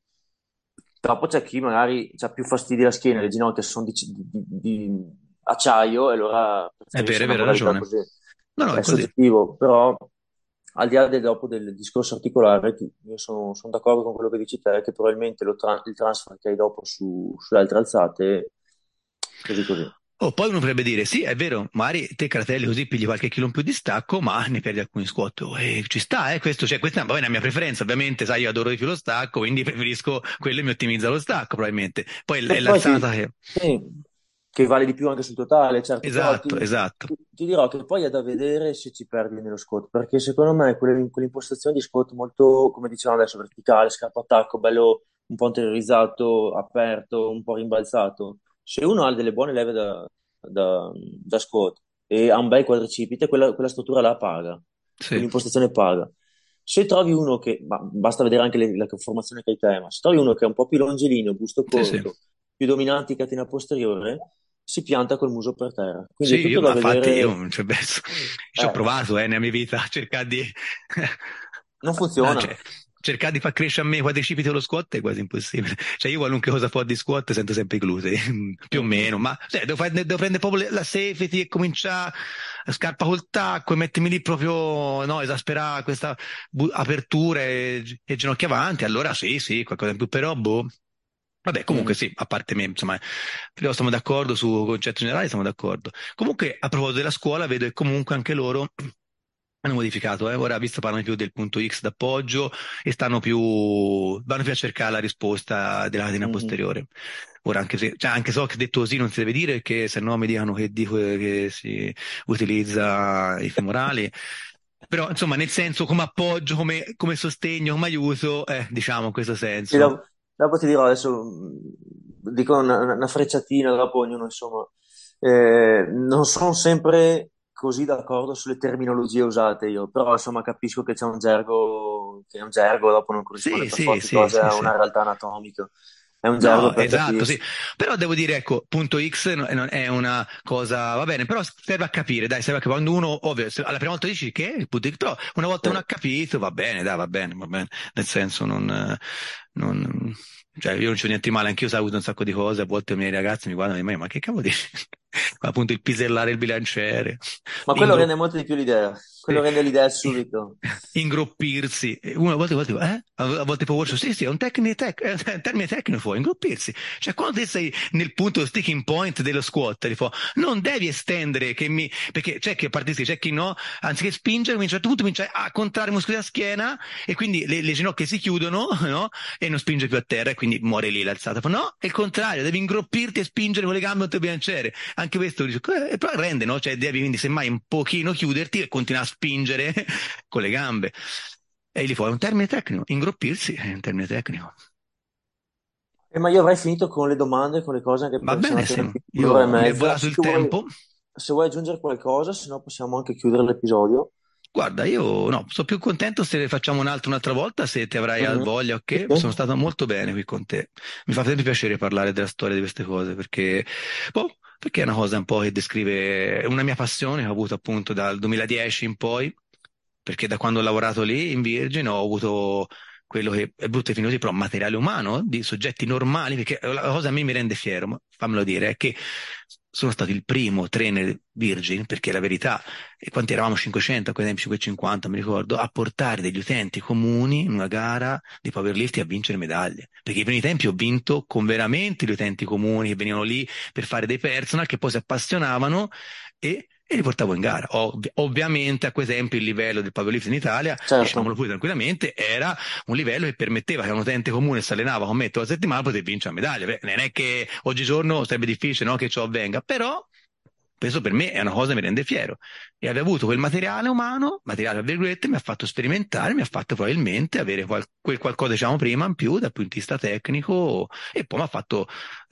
Dopo c'è chi magari ha più fastidio alla schiena, le ginocchia sono di, di- di acciaio e allora È vero, preferisce è una vero, hai modalità ragione. così. No, no, è È così. soggettivo, però al di là del, dopo del discorso articolare, ti- io sono, sono d'accordo con quello che dici te, che probabilmente lo tra- il transfer che hai dopo su- sulle altre alzate, così così. Oh, poi uno potrebbe dire, sì, è vero, magari te caratelli così pigli qualche chilo in più di stacco, ma ne perdi alcuni squat. Oh, e ci sta, eh, questo, cioè, questa va bene, è la mia preferenza, ovviamente, sai, io adoro di più lo stacco, quindi preferisco quello e mi ottimizza lo stacco, probabilmente. Poi E è poi ti, l'alzata che... sì, che vale di più anche sul totale, certo, però Esatto, ti, esatto. ti- ti dirò che poi è da vedere se ci perdi nello squat, perché secondo me quelle- quell'impostazione di squat molto, come dicevamo adesso, verticale, scarpa attacco, bello un po' interiorizzato, aperto, un po' rimbalzato, se uno ha delle buone leve da, da, da squat e ha un bel quadricipite, quella, quella struttura là paga, Sì, quell'impostazione paga. Se trovi uno che, ma basta vedere anche le- la formazione che hai te, ma se trovi uno che è un po' più longilineo, busto sì, sì. corto, più dominanti catena posteriore, si pianta col muso per terra. Quindi è Sì, io, tutto da ma infatti vedere. io, cioè, beh, ci ho Eh, provato eh, nella mia vita a cercare di, non no, funziona. cioè, cercare di far crescere a me i quadricipiti o lo squat è quasi impossibile. Cioè, io qualunque cosa fa di squat sento sempre i glutei, più o Mm, mm, meno, mm. ma cioè, devo, fare- devo prendere proprio la safety e cominciare a scarpa col tacco e mettermi lì proprio, no, esasperare questa bu- apertura e, e ginocchia avanti. Allora sì, sì, qualcosa in più, però, boh. Vabbè, comunque Mm. sì, a parte me, insomma, però stiamo d'accordo sul concetto generale, siamo d'accordo. Comunque, a proposito della scuola, vedo che comunque anche loro hanno modificato, eh. Ora, visto parlano più del punto X d'appoggio e stanno più, vanno più a cercare la risposta della catena Mhm. posteriore. Ora, anche se, cioè, anche so che detto così non si deve dire, che se no mi dicono che dico che si utilizza i femorali. Però, insomma, nel senso, come appoggio, come, come sostegno, come aiuto, eh, diciamo in questo Sì, senso. dopo, dopo ti dirò adesso, mh, dico una, una frecciatina, dopo ognuno insomma, eh, non sono sempre così d'accordo sulle terminologie usate io, però insomma capisco che c'è un gergo, che è un gergo, dopo non corrisponde Sì, per sì, forza di sì, cose sì, a sì. una realtà anatomica, è un gergo No, per esatto, sì. capirsi. Però devo dire, ecco, punto X no- non è una cosa, va bene, però serve a capire, dai, serve a capire. Quando uno, ovvio, se alla prima volta dici che è il punto X, però una volta uno Eh, ha capito, va bene, dai, va bene, va bene. Nel senso, non, eh, non, cioè, io non c'ho niente di male, anch'io saluto un sacco di cose, a volte i miei ragazzi mi guardano e mi dicono, ma che cavolo dici? Appunto il pisellare il bilanciere, ma quello rende molto di più l'idea, quello sì. rende l'idea subito. Ingroppirsi. E uno a volte, a volte, eh? A volte può sì, sì, è un, tecnico tec- è un termine tecnico, fuori, ingroppirsi. Cioè, quando te sei nel punto sticking point dello squat, ti fa, non devi estendere, che mi, perché c'è chi partisce, c'è chi no, anziché spingere, comincia a un certo punto comincia a contrarre i muscoli della schiena e quindi le, le ginocchia si chiudono, no? E non spinge più a terra e quindi muore lì l'alzata. Fa, no, è il contrario, devi ingroppirti e spingere con le gambe contro il bilanciere. Anche questo dice, eh, però rende, no? Cioè, devi quindi semmai un pochino chiuderti e continuare a spingere con le gambe. E lì fuori è un termine tecnico, ingroppirsi è un termine tecnico. Eh, ma io avrei finito con le domande, con le cose, anche Va perché siamo bene, andati sì. avanti un'ora e Io mi è mezza. volato Se il tu vuoi, tempo. se vuoi aggiungere qualcosa, se no possiamo anche chiudere l'episodio. Guarda, io no, sono più contento se facciamo un altro un'altra volta, se ti avrai al Mhm. voglia, Sì, ok? Sono sì. stato molto bene qui con te. Mi fa sempre piacere parlare della storia di queste cose, perché, boh, perché è una cosa un po' che descrive è una mia passione che ho avuto appunto dal duemiladieci in poi, perché da quando ho lavorato lì in Virgin ho avuto quello che è brutto e finito così, però materiale umano di soggetti normali, perché la cosa a me mi rende fiero, ma fammelo dire, è che sono stato il primo trainer Virgin, perché la verità, e quanti eravamo cinquecento, a quei tempi cinquecentocinquanta, mi ricordo, a portare degli utenti comuni in una gara di powerlifting a vincere medaglie. Perché i primi tempi ho vinto con veramente gli utenti comuni che venivano lì per fare dei personal che poi si appassionavano e e li portavo in gara. Ov- ovviamente a quei tempi il livello del powerlifting in Italia, diciamolo Certo. pure tranquillamente, era un livello che permetteva che un utente comune si allenava con me tutta la settimana poter vincere la medaglia. Beh, non è che oggigiorno sarebbe difficile, no, che ciò avvenga, però questo per me è una cosa che mi rende fiero. E aver avuto quel materiale umano, materiale tra virgolette, mi ha fatto sperimentare, mi ha fatto probabilmente avere qual- quel qualcosa, diciamo prima, in più dal punto di vista tecnico e poi mi ha fatto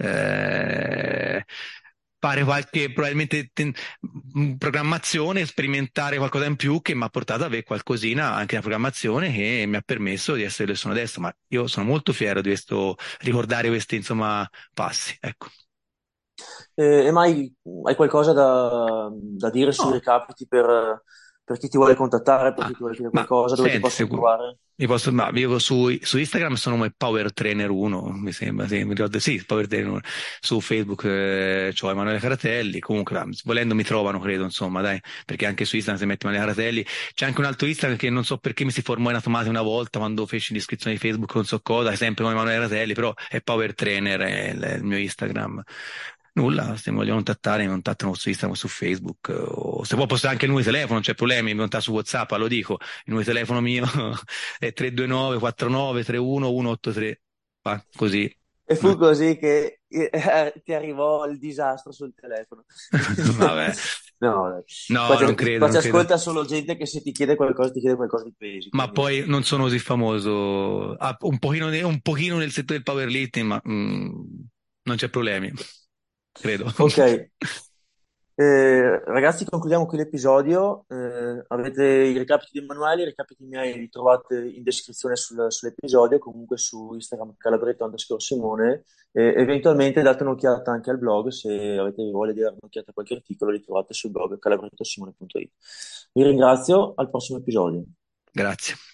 eh, fare qualche, probabilmente, ten- mh, programmazione, sperimentare qualcosa in più che mi ha portato ad avere qualcosina anche nella programmazione che mi ha permesso di essere dove sono adesso. Ma io sono molto fiero di questo, ricordare questi, insomma, passi, ecco. Eh, e mai hai qualcosa da, da dire sui No, recapiti per, per chi ti vuole contattare, per ah, chi ti vuole chiedere ma qualcosa, dove ti senti, possono sicuro. trovare? Mi posso, ma vivo su, su Instagram sono come Power Trainer uno, mi sembra, sì, mi ricordo, sì, Power Trainer uno. Su Facebook eh, c'ho Emanuele Caratelli, comunque va, volendo mi trovano, credo, insomma, dai, perché anche su Instagram se metti Emanuele Caratelli, c'è anche un altro Instagram che non so perché mi si formò in automatico una volta quando feci l'iscrizione di Facebook, non so cosa, è sempre come Emanuele Caratelli, però è Power Trainer, è il, è il mio Instagram. Nulla, se mi vogliono contattare, mi contattano su Instagram o su Facebook, eh, o se vuoi posso dare anche il numero di telefono, non c'è problemi, mi contattare su WhatsApp, lo dico, il numero di telefono mio è tre due nove quattro nove tre uno uno otto tre. Va, così. E No. fu così che eh, ti arrivò il disastro sul telefono. Vabbè. No, dai. Qua No, ci, non credo, qua non ci credo. ascolta solo gente che se ti chiede qualcosa, ti chiede qualcosa di basic. Ma Quindi. poi non sono così famoso. Ah, un pochino, ne- un pochino nel settore del powerlifting, ma mm, non c'è problemi, credo. Ok, Eh, ragazzi, concludiamo qui l'episodio. Eh, avete i recapiti di Emanuele, i recapiti miei li trovate in descrizione sul- sull'episodio, comunque su Instagram calabretto underscore Simone. E eventualmente date un'occhiata anche al blog, se avete voglia di dare un'occhiata a qualche articolo, li trovate sul blog calabrettosimone punto it. Vi ringrazio, al prossimo episodio. Grazie.